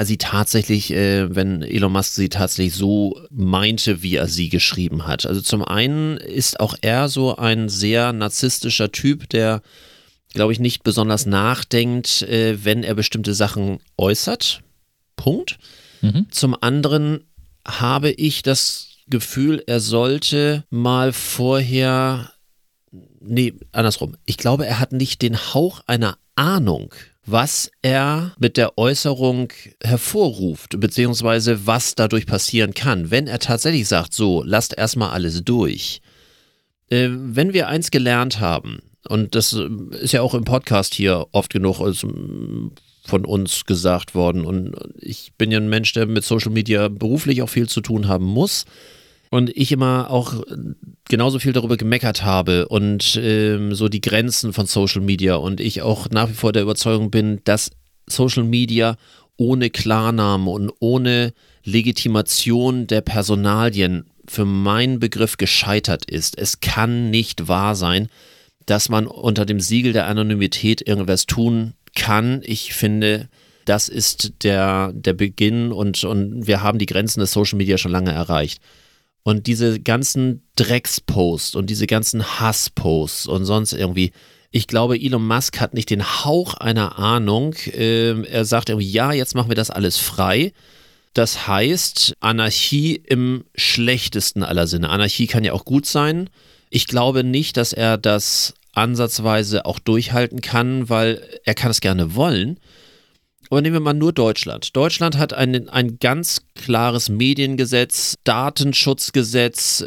Elon Musk sie tatsächlich so meinte, wie er sie geschrieben hat. Also zum einen ist auch er so ein sehr narzisstischer Typ, der, glaube ich, nicht besonders nachdenkt, wenn er bestimmte Sachen äußert. Punkt. Zum anderen habe ich das Gefühl, er sollte mal vorher, andersrum. Ich glaube, er hat nicht den Hauch einer Ahnung, was er mit der Äußerung hervorruft, beziehungsweise was dadurch passieren kann. Wenn er tatsächlich sagt, so, lasst erstmal alles durch. Wenn wir eins gelernt haben, und das ist ja auch im Podcast hier oft genug von uns gesagt worden, und ich bin ja ein Mensch, der mit Social Media beruflich auch viel zu tun haben muss, und ich immer auch genauso viel darüber gemeckert habe und so die Grenzen von Social Media, und ich auch nach wie vor der Überzeugung bin, dass Social Media ohne Klarname und ohne Legitimation der Personalien für meinen Begriff gescheitert ist. Es kann nicht wahr sein, dass man unter dem Siegel der Anonymität irgendwas tun kann. Ich finde, das ist der Beginn, und wir haben die Grenzen des Social Media schon lange erreicht. Und diese ganzen Drecksposts und diese ganzen Hassposts und sonst irgendwie, ich glaube, Elon Musk hat nicht den Hauch einer Ahnung. Er sagt irgendwie, ja, jetzt machen wir das alles frei. Das heißt, Anarchie im schlechtesten aller Sinne. Anarchie kann ja auch gut sein. Ich glaube nicht, dass er das ansatzweise auch durchhalten kann, weil er kann es gerne wollen. Aber nehmen wir mal nur Deutschland. Deutschland hat ein ganz klares Mediengesetz, Datenschutzgesetz,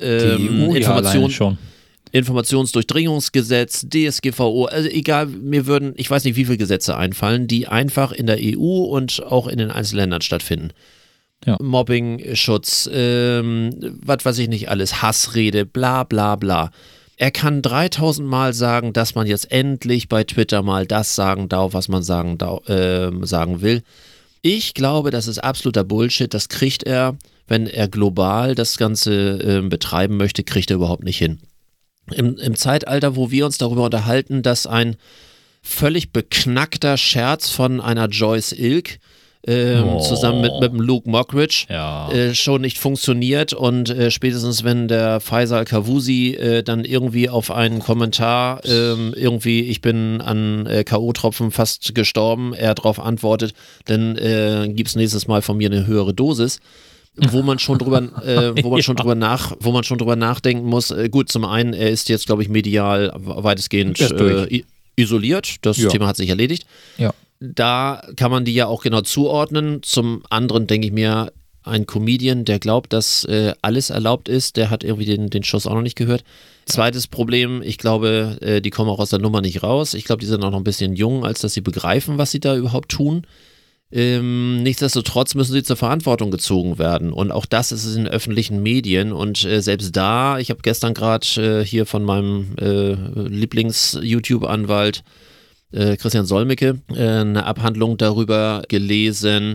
Informationsdurchdringungsgesetz, DSGVO, also egal, ich weiß nicht, wie viele Gesetze einfallen, die einfach in der EU und auch in den einzelnen Ländern stattfinden. Ja. Mobbingschutz, was weiß ich nicht alles, Hassrede, bla bla bla. Er kann 3000 Mal sagen, dass man jetzt endlich bei Twitter mal das sagen darf, was man sagen will. Ich glaube, das ist absoluter Bullshit. Das kriegt er, wenn er global das Ganze betreiben möchte, kriegt er überhaupt nicht hin. Im Zeitalter, wo wir uns darüber unterhalten, dass ein völlig beknackter Scherz von einer Joyce Ilk zusammen mit dem Luke Mockridge schon nicht funktioniert und spätestens wenn der Faisal Kavusi dann irgendwie auf einen Kommentar irgendwie, ich bin an K.O.-Tropfen fast gestorben, er darauf antwortet, dann gibt es nächstes Mal von mir eine höhere Dosis. Wo man schon drüber nachdenken muss. Gut, zum einen, er ist jetzt, glaube ich, medial weitestgehend isoliert. Das Thema hat sich erledigt. Ja. Da kann man die ja auch genau zuordnen. Zum anderen denke ich mir, ein Comedian, der glaubt, dass alles erlaubt ist, der hat irgendwie den Schuss auch noch nicht gehört. Zweites Problem, ich glaube, die kommen auch aus der Nummer nicht raus. Ich glaube, die sind auch noch ein bisschen jung, als dass sie begreifen, was sie da überhaupt tun. Nichtsdestotrotz müssen sie zur Verantwortung gezogen werden und auch das ist in öffentlichen Medien und selbst da, ich habe gestern gerade hier von meinem Lieblings-YouTube-Anwalt Christian Solmecke eine Abhandlung darüber gesehen,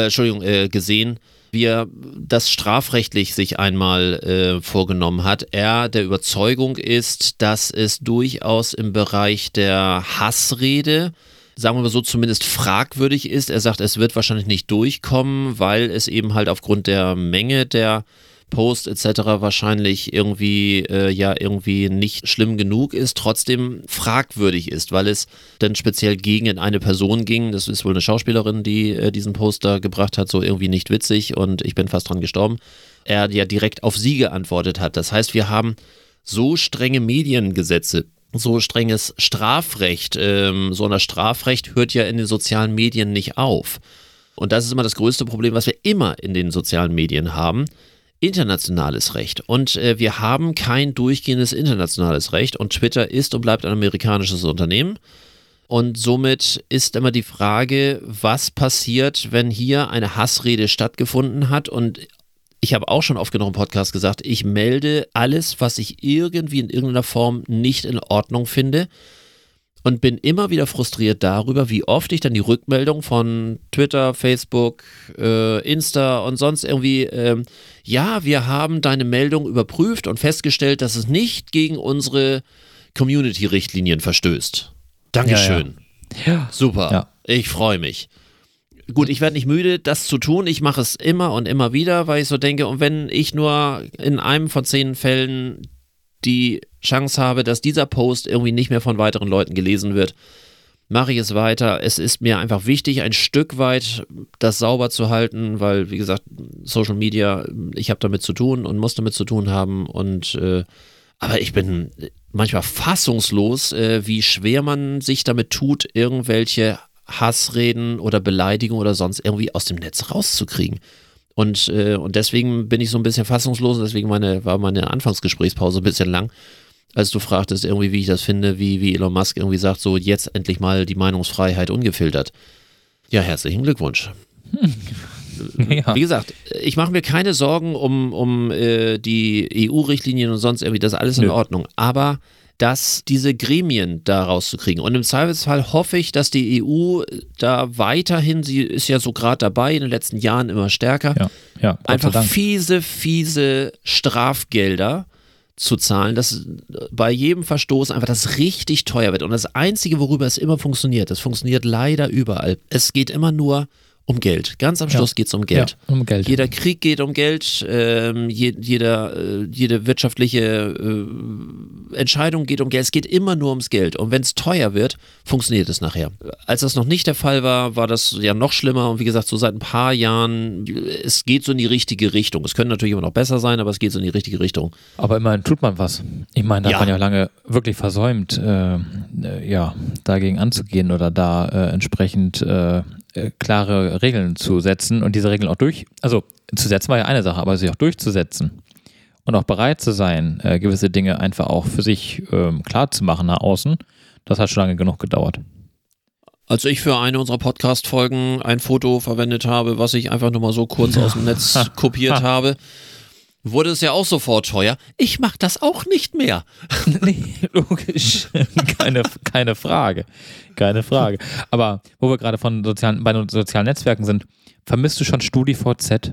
wie er das strafrechtlich sich einmal vorgenommen hat. Er der Überzeugung ist, dass es durchaus im Bereich der Hassrede, sagen wir mal so, zumindest fragwürdig ist. Er sagt, es wird wahrscheinlich nicht durchkommen, weil es eben halt aufgrund der Menge der Posts etc. wahrscheinlich irgendwie irgendwie nicht schlimm genug ist, trotzdem fragwürdig ist, weil es dann speziell gegen eine Person ging. Das ist wohl eine Schauspielerin, die diesen Poster gebracht hat, so irgendwie nicht witzig und ich bin fast dran gestorben. Er ja direkt auf sie geantwortet hat. Das heißt, wir haben so strenge Mediengesetze, so strenges Strafrecht, so ein Strafrecht hört ja in den sozialen Medien nicht auf. Und das ist immer das größte Problem, was wir immer in den sozialen Medien haben. Internationales Recht. Und wir haben kein durchgehendes internationales Recht und Twitter ist und bleibt ein amerikanisches Unternehmen. Und somit ist immer die Frage, was passiert, wenn hier eine Hassrede stattgefunden hat und ich habe auch schon oft genug im Podcast gesagt, ich melde alles, was ich irgendwie in irgendeiner Form nicht in Ordnung finde und bin immer wieder frustriert darüber, wie oft ich dann die Rückmeldung von Twitter, Facebook, Insta und sonst irgendwie, wir haben deine Meldung überprüft und festgestellt, dass es nicht gegen unsere Community-Richtlinien verstößt. Dankeschön. Ja. Super. Ja. Ich freue mich. Gut, ich werde nicht müde, das zu tun. Ich mache es immer und immer wieder, weil ich so denke, und wenn ich nur in einem von 10 Fällen die Chance habe, dass dieser Post irgendwie nicht mehr von weiteren Leuten gelesen wird, mache ich es weiter. Es ist mir einfach wichtig, ein Stück weit das sauber zu halten, weil, wie gesagt, Social Media, ich habe damit zu tun und muss damit zu tun haben und aber ich bin manchmal fassungslos, wie schwer man sich damit tut, irgendwelche Hassreden oder Beleidigungen oder sonst irgendwie aus dem Netz rauszukriegen. Und deswegen bin ich so ein bisschen fassungslos und deswegen war meine Anfangsgesprächspause ein bisschen lang, als du fragtest irgendwie, wie ich das finde, wie Elon Musk irgendwie sagt, so jetzt endlich mal die Meinungsfreiheit ungefiltert. Ja, herzlichen Glückwunsch. Ja. Wie gesagt, ich mache mir keine Sorgen um die EU-Richtlinien und sonst irgendwie, das ist alles in Ordnung, aber dass diese Gremien da rauszukriegen. Und im Zweifelsfall hoffe ich, dass die EU da weiterhin, sie ist ja so gerade dabei, in den letzten Jahren immer stärker, einfach fiese Strafgelder zu zahlen, dass bei jedem Verstoß einfach das richtig teuer wird. Und das Einzige, worüber es immer funktioniert, das funktioniert leider überall. Es geht immer nur um Geld. Ganz am Schluss geht es um Geld. Ja, um Geld. Jeder Krieg geht um Geld, jede wirtschaftliche Entscheidung geht um Geld. Es geht immer nur ums Geld. Und wenn es teuer wird, funktioniert es nachher. Als das noch nicht der Fall war, war das ja noch schlimmer. Und wie gesagt, so seit ein paar Jahren, es geht so in die richtige Richtung. Es könnte natürlich immer noch besser sein, aber es geht so in die richtige Richtung. Aber immerhin tut man was. Ich meine, da hat man ja lange wirklich versäumt, dagegen anzugehen oder da entsprechend klare Regeln zu setzen und diese Regeln auch zu setzen war ja eine Sache, aber sie auch durchzusetzen und auch bereit zu sein, gewisse Dinge einfach auch für sich klar zu machen nach außen, das hat schon lange genug gedauert. Als ich für eine unserer Podcast-Folgen ein Foto verwendet habe, was ich einfach nur mal so kurz aus dem Netz kopiert habe, wurde es ja auch sofort teuer. Ich mache das auch nicht mehr. Nee, logisch. Keine Frage. Keine Frage. Aber wo wir gerade bei den sozialen Netzwerken sind, vermisst du schon StudiVZ?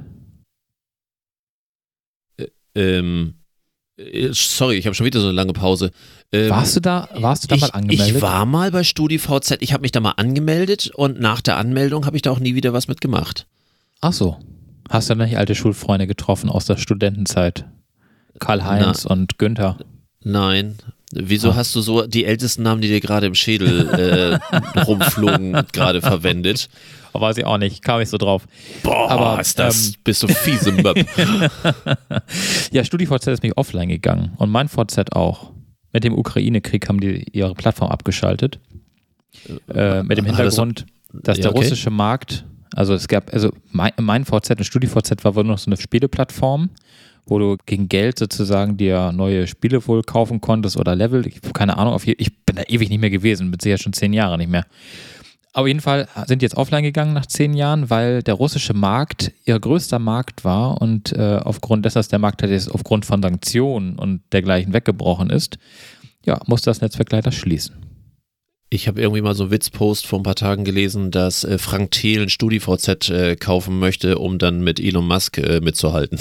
Sorry, ich habe schon wieder so eine lange Pause. Warst du da mal angemeldet? Ich war mal bei StudiVZ, ich habe mich da mal angemeldet und nach der Anmeldung habe ich da auch nie wieder was mitgemacht. Ach so. Hast du nicht alte Schulfreunde getroffen aus der Studentenzeit? Karl-Heinz und Günther? Nein. Wieso hast du so die ältesten Namen, die dir gerade im Schädel rumflogen, gerade verwendet? Weiß ich auch nicht, kam ich so drauf. Boah, aber bist du fiese Möb. Ja, StudiVZ ist mich offline gegangen und mein VZ auch. Mit dem Ukraine-Krieg haben die ihre Plattform abgeschaltet. Mit dem Hintergrund, dass der russische Markt, mein VZ und StudiVZ war wohl noch so eine Spieleplattform, wo du gegen Geld sozusagen dir neue Spiele wohl kaufen konntest oder Level. Ich habe keine Ahnung, ich bin da ewig nicht mehr gewesen, bin sicher schon 10 Jahre nicht mehr. Auf jeden Fall sind die jetzt offline gegangen nach 10 Jahren, weil der russische Markt ihr größter Markt war und aufgrund dessen, dass der Markt halt jetzt aufgrund von Sanktionen und dergleichen weggebrochen ist, musste das Netzwerk leider schließen. Ich habe irgendwie mal so einen Witzpost vor ein paar Tagen gelesen, dass Frank Thelen StudiVZ kaufen möchte, um dann mit Elon Musk mitzuhalten.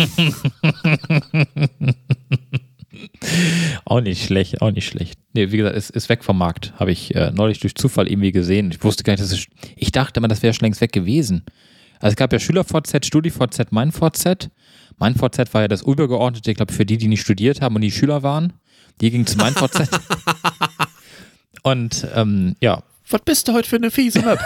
Auch nicht schlecht. Nee, wie gesagt, es ist weg vom Markt. Habe ich neulich durch Zufall irgendwie gesehen. Ich wusste gar nicht, ich dachte immer, das wäre schon längst weg gewesen. Also es gab ja SchülerVZ, StudiVZ, mein VZ. Mein VZ war ja das Übergeordnete, ich glaube, für die nicht studiert haben und die Schüler waren. Die ging zu mein VZ. Und Was bist du heute für eine fiese Map?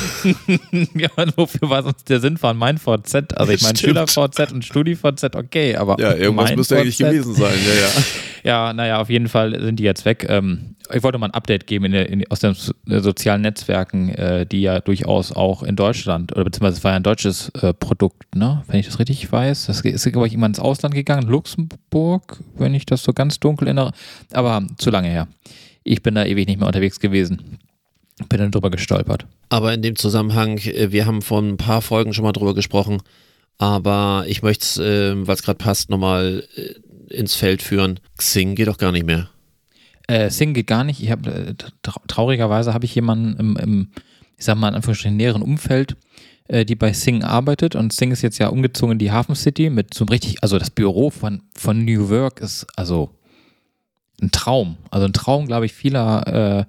Ja, wofür war sonst der Sinn von mein VZ? Also ich meine Schüler-VZ und Studi-VZ, okay, aber ja, irgendwas müsste eigentlich gewesen sein, ja. Ja, naja, auf jeden Fall sind die jetzt weg. Ich wollte mal ein Update geben aus den sozialen Netzwerken, die ja durchaus auch in Deutschland, oder beziehungsweise es war ja ein deutsches Produkt, ne? Wenn ich das richtig weiß. Das ist, glaube ich, jemand ins Ausland gegangen, Luxemburg, wenn ich das so ganz dunkel erinnere, aber zu lange her. Ich bin da ewig nicht mehr unterwegs gewesen. Bin dann drüber gestolpert. Aber in dem Zusammenhang, wir haben vor ein paar Folgen schon mal drüber gesprochen, aber ich möchte es, weil es gerade passt, nochmal ins Feld führen. Xing geht doch gar nicht mehr. Xing geht gar nicht. Ich habe traurigerweise habe ich jemanden im ich sag mal in Anführungsstrichen näheren Umfeld, die bei Xing arbeitet, und Xing ist jetzt ja umgezogen in die Hafen City mit so einem richtig, also das Büro von New Work ist also ein Traum. Also ein Traum, glaube ich, vieler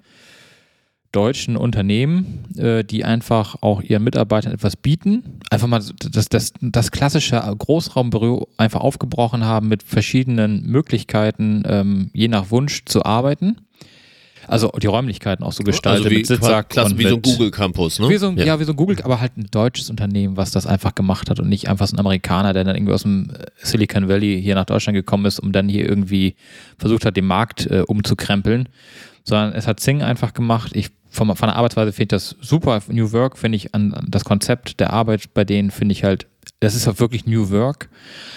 deutschen Unternehmen, die einfach auch ihren Mitarbeitern etwas bieten. Einfach mal das klassische Großraumbüro einfach aufgebrochen haben mit verschiedenen Möglichkeiten, je nach Wunsch zu arbeiten. Also die Räumlichkeiten auch so gestaltet, also mit Sitzsack und wie so ein Google Campus, ne? Wie so ein Google, aber halt ein deutsches Unternehmen, was das einfach gemacht hat und nicht einfach so ein Amerikaner, der dann irgendwie aus dem Silicon Valley hier nach Deutschland gekommen ist, um dann hier irgendwie versucht hat, den Markt umzukrempeln, sondern es hat Xing einfach gemacht. Von der Arbeitsweise finde ich das super. New Work finde ich an das Konzept der Arbeit bei denen finde ich halt, das ist halt wirklich New Work.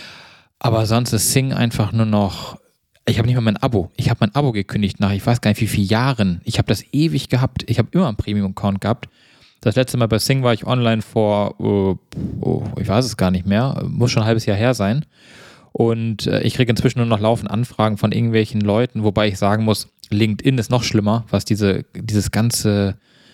Aber sonst ist Xing einfach nur noch, ich habe nicht mal mein Abo. Ich habe mein Abo gekündigt nach, ich weiß gar nicht wie vielen Jahren. Ich habe das ewig gehabt. Ich habe immer einen Premium-Account gehabt. Das letzte Mal bei Xing war ich online vor, ich weiß es gar nicht mehr, muss schon ein halbes Jahr her sein. Und ich kriege inzwischen nur noch laufend Anfragen von irgendwelchen Leuten, wobei ich sagen muss, LinkedIn ist noch schlimmer, was dieses ganze,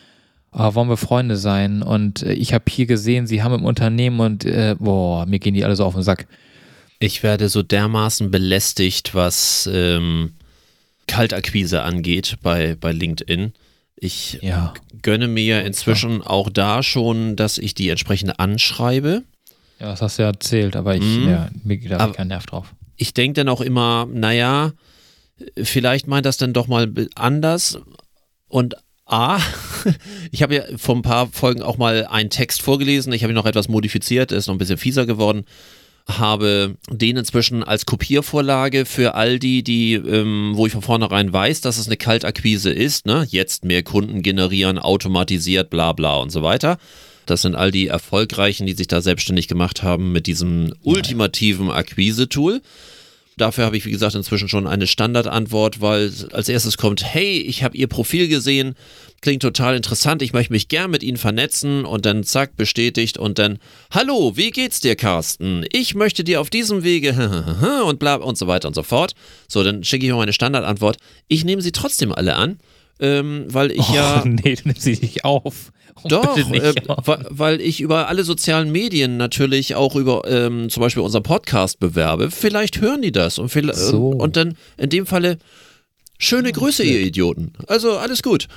wollen wir Freunde sein? Und ich habe hier gesehen, sie haben im Unternehmen und mir gehen die alle so auf den Sack. Ich werde so dermaßen belästigt, was Kaltakquise angeht bei LinkedIn. Ich gönne mir inzwischen auch da schon, dass ich die entsprechend anschreibe. Ja, das hast du ja erzählt, aber mir geht da kein Nerv drauf. Ich denke dann auch immer, naja, vielleicht meint das dann doch mal anders. Und ich habe ja vor ein paar Folgen auch mal einen Text vorgelesen, ich habe ihn noch etwas modifiziert, ist noch ein bisschen fieser geworden, habe den inzwischen als Kopiervorlage für all die, wo ich von vornherein weiß, dass es eine Kaltakquise ist, ne? Jetzt mehr Kunden generieren, automatisiert, bla bla und so weiter. Das sind all die Erfolgreichen, die sich da selbstständig gemacht haben mit diesem ultimativen Akquise-Tool. Dafür habe ich, wie gesagt, inzwischen schon eine Standardantwort, weil als erstes kommt, hey, ich habe Ihr Profil gesehen, klingt total interessant, ich möchte mich gern mit Ihnen vernetzen und dann zack, bestätigt und dann, hallo, wie geht's dir, Carsten? Ich möchte dir auf diesem Wege und bla und so weiter und so fort. So, dann schicke ich mir meine Standardantwort. Ich nehme sie trotzdem alle an, weil ich Nee, du nimmst sie nicht auf. Doch, weil ich über alle sozialen Medien natürlich auch über zum Beispiel unseren Podcast bewerbe. Vielleicht hören die das und dann in dem Falle schöne Grüße, ihr Idioten. Also alles gut.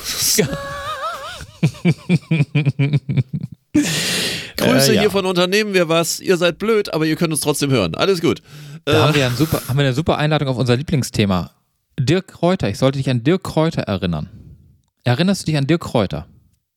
Grüße hier von Unternehmen wir was. Ihr seid blöd, aber ihr könnt uns trotzdem hören. Alles gut. Da haben wir eine super Einladung auf unser Lieblingsthema. Dirk Kräuter. Ich sollte dich an Dirk Kräuter erinnern. Erinnerst du dich an Dirk Kräuter?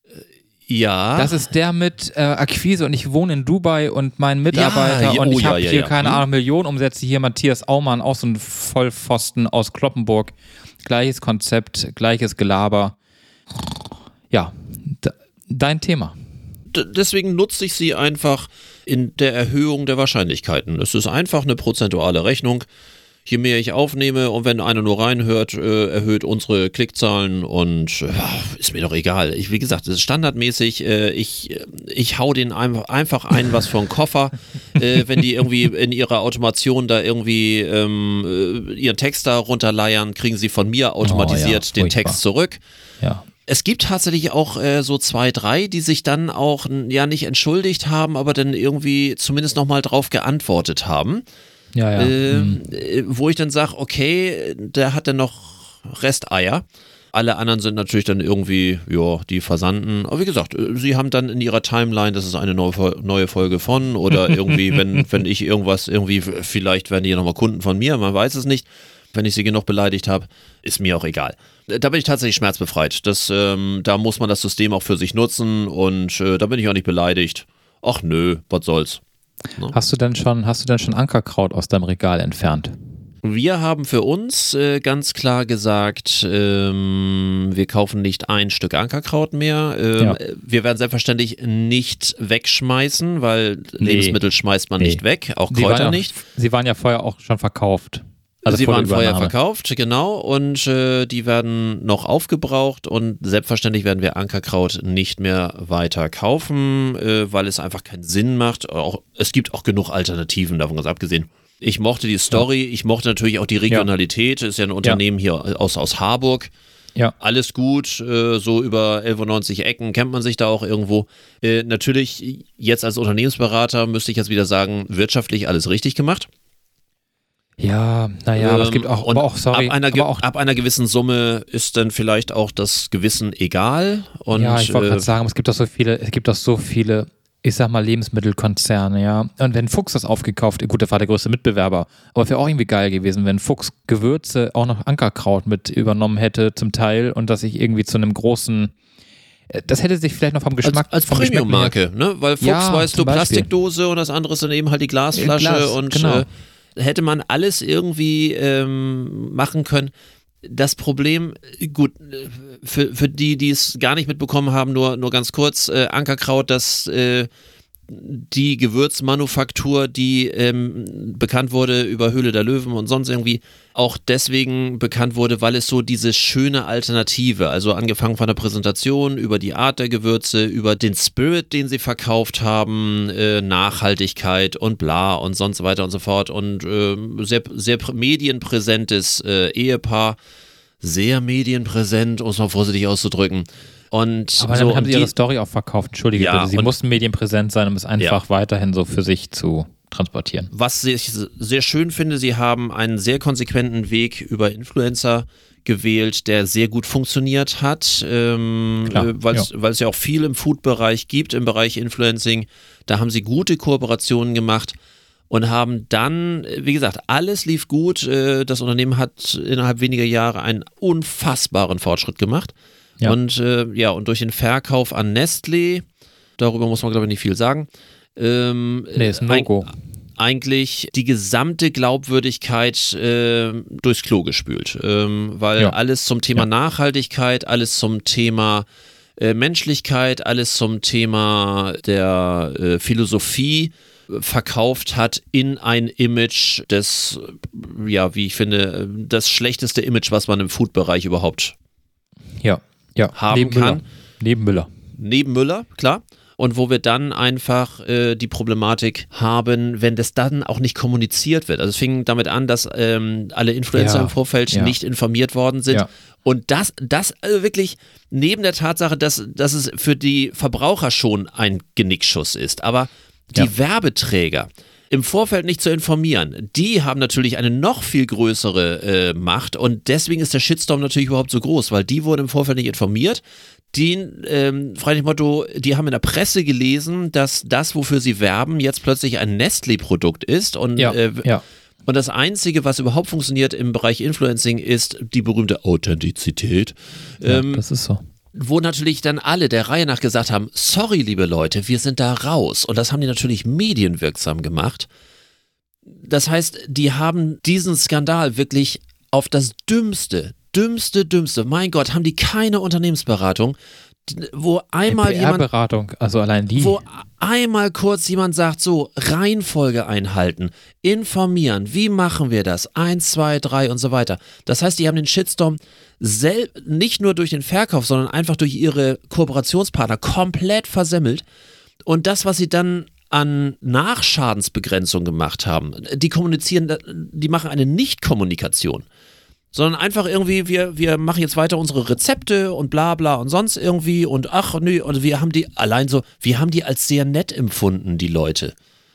Ja. Das ist der mit Akquise und ich wohne in Dubai und mein Mitarbeiter und ich habe hier keine Ahnung, Millionenumsätze hier, Matthias Aumann, auch so ein Vollpfosten aus Kloppenburg. Gleiches Konzept, gleiches Gelaber. Ja, dein Thema. Deswegen nutze ich sie einfach in der Erhöhung der Wahrscheinlichkeiten. Es ist einfach eine prozentuale Rechnung. Je mehr ich aufnehme und wenn einer nur reinhört, erhöht unsere Klickzahlen und ist mir doch egal. Wie gesagt, das ist standardmäßig. Ich hau denen einfach ein was von Koffer. Wenn die irgendwie in ihrer Automation da irgendwie ihren Text da runterleiern, kriegen sie von mir automatisiert den Text zurück. Ja. Es gibt tatsächlich auch so 2, 3, die sich dann auch nicht entschuldigt haben, aber dann irgendwie zumindest nochmal drauf geantwortet haben. Wo ich dann sage, okay, der hat dann noch Resteier. Alle anderen sind natürlich dann irgendwie, die versanden. Aber wie gesagt, sie haben dann in ihrer Timeline, das ist eine neue Folge von oder irgendwie, wenn ich irgendwas, vielleicht werden die ja nochmal Kunden von mir, man weiß es nicht. Wenn ich sie genug beleidigt habe, ist mir auch egal. Da bin ich tatsächlich schmerzbefreit. Da muss man das System auch für sich nutzen und da bin ich auch nicht beleidigt. Ach nö, was soll's. No. Hast du denn schon Ankerkraut aus deinem Regal entfernt? Wir haben für uns ganz klar gesagt, wir kaufen nicht ein Stück Ankerkraut mehr. Wir werden selbstverständlich nicht wegschmeißen, weil Lebensmittel schmeißt man nicht weg, auch Kräuter nicht. Sie waren ja vorher auch schon verkauft. Also sie waren vorher verkauft, genau, und die werden noch aufgebraucht und selbstverständlich werden wir Ankerkraut nicht mehr weiter kaufen, weil es einfach keinen Sinn macht. Es gibt auch genug Alternativen, davon ganz abgesehen. Ich mochte die Story, ich mochte natürlich auch die Regionalität, ist ja ein Unternehmen hier aus Harburg. Ja. Alles gut, so über 11,90 Ecken kennt man sich da auch irgendwo. Natürlich, jetzt als Unternehmensberater müsste ich jetzt wieder sagen, wirtschaftlich alles richtig gemacht. Ja, aber es gibt auch, ab einer gewissen Summe ist dann vielleicht auch das Gewissen egal. Und, ja, ich wollte gerade sagen, es gibt doch so viele, ich sag mal, Lebensmittelkonzerne, ja. Und wenn Fuchs das aufgekauft, gut, der war der größte Mitbewerber, aber es wäre auch irgendwie geil gewesen, wenn Fuchs Gewürze auch noch Ankerkraut mit übernommen hätte zum Teil und dass ich irgendwie zu einem großen, das hätte sich vielleicht noch vom Geschmack als Premium-Marke, ne? Weil Fuchs, weißt du, Plastikdose und das andere ist dann eben halt die Glasflasche und genau. Hätte man alles irgendwie machen können. Das Problem, gut, für die es gar nicht mitbekommen haben, nur ganz kurz, Ankerkraut, das die Gewürzmanufaktur, die bekannt wurde über Höhle der Löwen und sonst irgendwie auch deswegen bekannt wurde, weil es so diese schöne Alternative, also angefangen von der Präsentation, über die Art der Gewürze, über den Spirit, den sie verkauft haben, Nachhaltigkeit und bla und sonst weiter und so fort und sehr, sehr medienpräsentes Ehepaar, sehr medienpräsent, um es mal vorsichtig auszudrücken. Aber dann haben sie ihre Story auch verkauft, entschuldige bitte. Sie mussten medienpräsent sein, um es einfach weiterhin so für sich zu transportieren. Was ich sehr schön finde, sie haben einen sehr konsequenten Weg über Influencer gewählt, der sehr gut funktioniert hat, weil es ja auch viel im Food-Bereich gibt, im Bereich Influencing. Da haben sie gute Kooperationen gemacht und haben dann, wie gesagt, alles lief gut. Das Unternehmen hat innerhalb weniger Jahre einen unfassbaren Fortschritt gemacht. Ja. Und durch den Verkauf an Nestlé, darüber muss man, glaube ich, nicht viel sagen. Ist ein No-Go. Eigentlich die gesamte Glaubwürdigkeit durchs Klo gespült. Weil alles zum Thema Nachhaltigkeit, alles zum Thema Menschlichkeit, alles zum Thema der Philosophie verkauft hat in ein Image des, wie ich finde, das schlechteste Image, was man im Food-Bereich überhaupt haben kann. Neben Müller. Neben Müller, klar. Und wo wir dann einfach die Problematik haben, wenn das dann auch nicht kommuniziert wird. Also es fing damit an, dass alle Influencer im Vorfeld nicht informiert worden sind. Ja. Und das also wirklich neben der Tatsache, dass es für die Verbraucher schon ein Genickschuss ist. Aber die Werbeträger im Vorfeld nicht zu informieren, die haben natürlich eine noch viel größere Macht. Und deswegen ist der Shitstorm natürlich überhaupt so groß, weil die wurden im Vorfeld nicht informiert. Die, frei nach dem Motto, die haben in der Presse gelesen, dass das, wofür sie werben, jetzt plötzlich ein Nestlé-Produkt ist und das Einzige, was überhaupt funktioniert im Bereich Influencing, ist die berühmte Authentizität. Das ist so. Wo natürlich dann alle der Reihe nach gesagt haben, sorry, liebe Leute, wir sind da raus. Und das haben die natürlich medienwirksam gemacht. Das heißt, die haben diesen Skandal wirklich auf das Dümmste, mein Gott, haben die keine Unternehmensberatung, wo einmal PR-Beratung, also allein die. Wo einmal kurz jemand sagt, so, Reihenfolge einhalten, informieren, wie machen wir das? 1, 2, 3 und so weiter. Das heißt, die haben den Shitstorm nicht nur durch den Verkauf, sondern einfach durch ihre Kooperationspartner komplett versemmelt. Und das, was sie dann an Nachschadensbegrenzung gemacht haben, die machen eine Nicht-Kommunikation. Sondern einfach irgendwie, wir machen jetzt weiter unsere Rezepte und bla bla und sonst irgendwie und ach nö, und wir haben die als sehr nett empfunden, die Leute.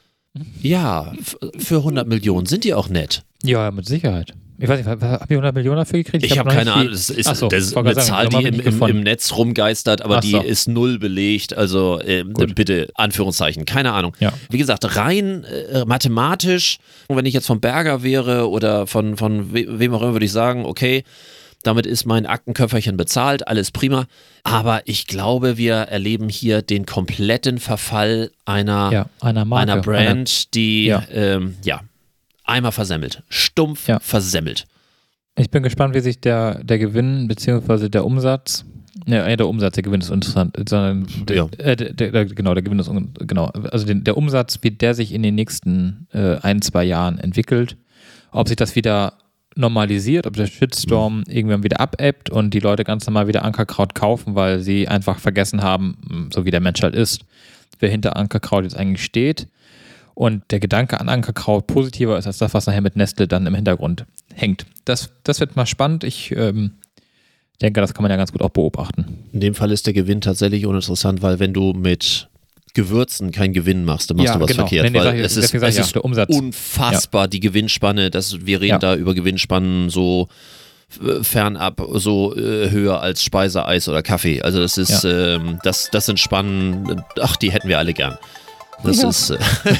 Ja, für 100 Millionen sind die auch nett. Ja, mit Sicherheit. Ich weiß nicht, habt ihr 100 Millionen dafür gekriegt? Ich habe keine Ahnung, das ist eine Zahl, die im Netz rumgeistert, aber die ist null belegt, also bitte, Anführungszeichen, keine Ahnung. Ja. Wie gesagt, rein mathematisch, wenn ich jetzt vom Berger wäre oder von wem auch immer, würde ich sagen, okay, damit ist mein Aktenköfferchen bezahlt, alles prima, aber ich glaube, wir erleben hier den kompletten Verfall einer Marke, einer Brand, die einmal versemmelt, stumpf versemmelt. Ich bin gespannt, wie sich der Gewinn bzw. der Umsatz, der Gewinn ist interessant, sondern der Gewinn ist, also der Umsatz, wie der sich in den nächsten 1-2 Jahren entwickelt, ob sich das wieder normalisiert, ob der Shitstorm irgendwann wieder abebbt und die Leute ganz normal wieder Ankerkraut kaufen, weil sie einfach vergessen haben, so wie der Mensch halt ist, wer hinter Ankerkraut jetzt eigentlich steht. Und der Gedanke an Ankerkraut positiver ist als das, was nachher mit Nestle dann im Hintergrund hängt. Das wird mal spannend. Ich denke, das kann man ja ganz gut auch beobachten. In dem Fall ist der Gewinn tatsächlich uninteressant, weil wenn du mit Gewürzen keinen Gewinn machst, dann machst du was verkehrt. Weil es ist der Umsatz. Unfassbar, die Gewinnspanne. Wir reden da über Gewinnspannen so fernab, so höher als Speiseeis oder Kaffee. Also das ist, das sind Spannen, ach, die hätten wir alle gern. Das ist,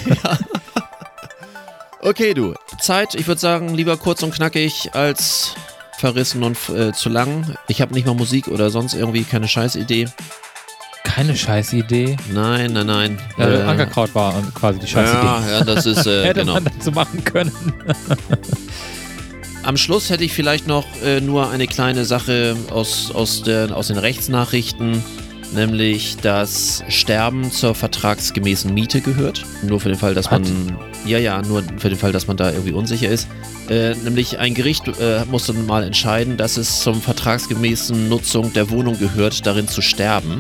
Okay, du. Zeit, ich würde sagen, lieber kurz und knackig als verrissen und zu lang. Ich habe nicht mal Musik oder sonst irgendwie keine Scheißidee. Keine Scheißidee? Nein. Ankerkraut war quasi die Scheißidee. Ja, das ist, hätte man dazu machen können. Am Schluss hätte ich vielleicht noch nur eine kleine Sache aus den Rechtsnachrichten. Nämlich, dass Sterben zur vertragsgemäßen Miete gehört. Nur für den Fall, dass man da irgendwie unsicher ist. Nämlich ein Gericht musste mal entscheiden, dass es zum vertragsgemäßen Nutzung der Wohnung gehört, darin zu sterben.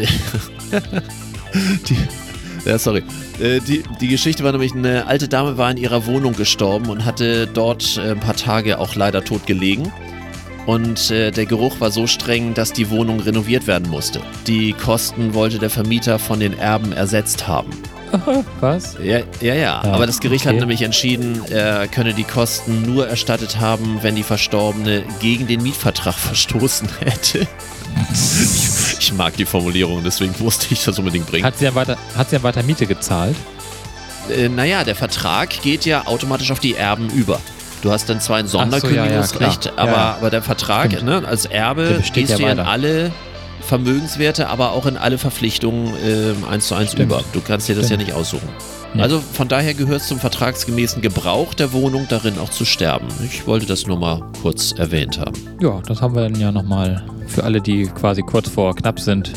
Die Geschichte war nämlich, eine alte Dame war in ihrer Wohnung gestorben und hatte dort ein paar Tage auch leider tot gelegen. Und der Geruch war so streng, dass die Wohnung renoviert werden musste. Die Kosten wollte der Vermieter von den Erben ersetzt haben. Was? Ja. Aber das Gericht hat nämlich entschieden, er könne die Kosten nur erstattet haben, wenn die Verstorbene gegen den Mietvertrag verstoßen hätte. Ich mag die Formulierung, deswegen musste ich das unbedingt bringen. Hat sie ja weiter Miete gezahlt? Naja, der Vertrag geht ja automatisch auf die Erben über. Du hast dann zwar ein Sonderkündigungsrecht, aber der Vertrag, ne, als Erbe gehst du ja in alle Vermögenswerte, aber auch in alle Verpflichtungen 1:1 über. Du kannst dir das ja nicht aussuchen. Nee. Also von daher gehört es zum vertragsgemäßen Gebrauch der Wohnung darin auch zu sterben. Ich wollte das nur mal kurz erwähnt haben. Ja, das haben wir dann ja nochmal für alle, die quasi kurz vor knapp sind.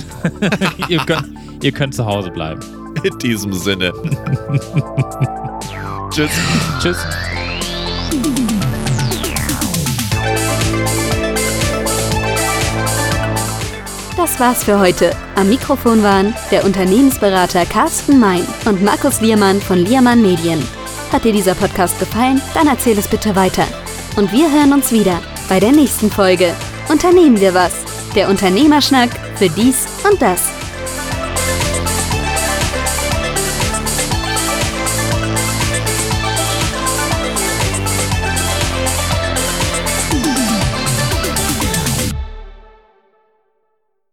ihr könnt zu Hause bleiben. In diesem Sinne. Tschüss. Tschüss. Das war's für heute. Am Mikrofon waren der Unternehmensberater Carsten Mein und Markus Liermann von Liermann Medien. Hat dir dieser Podcast gefallen? Dann erzähl es bitte weiter. Und wir hören uns wieder bei der nächsten Folge. Unternehmen wir was? Der Unternehmerschnack für dies und das.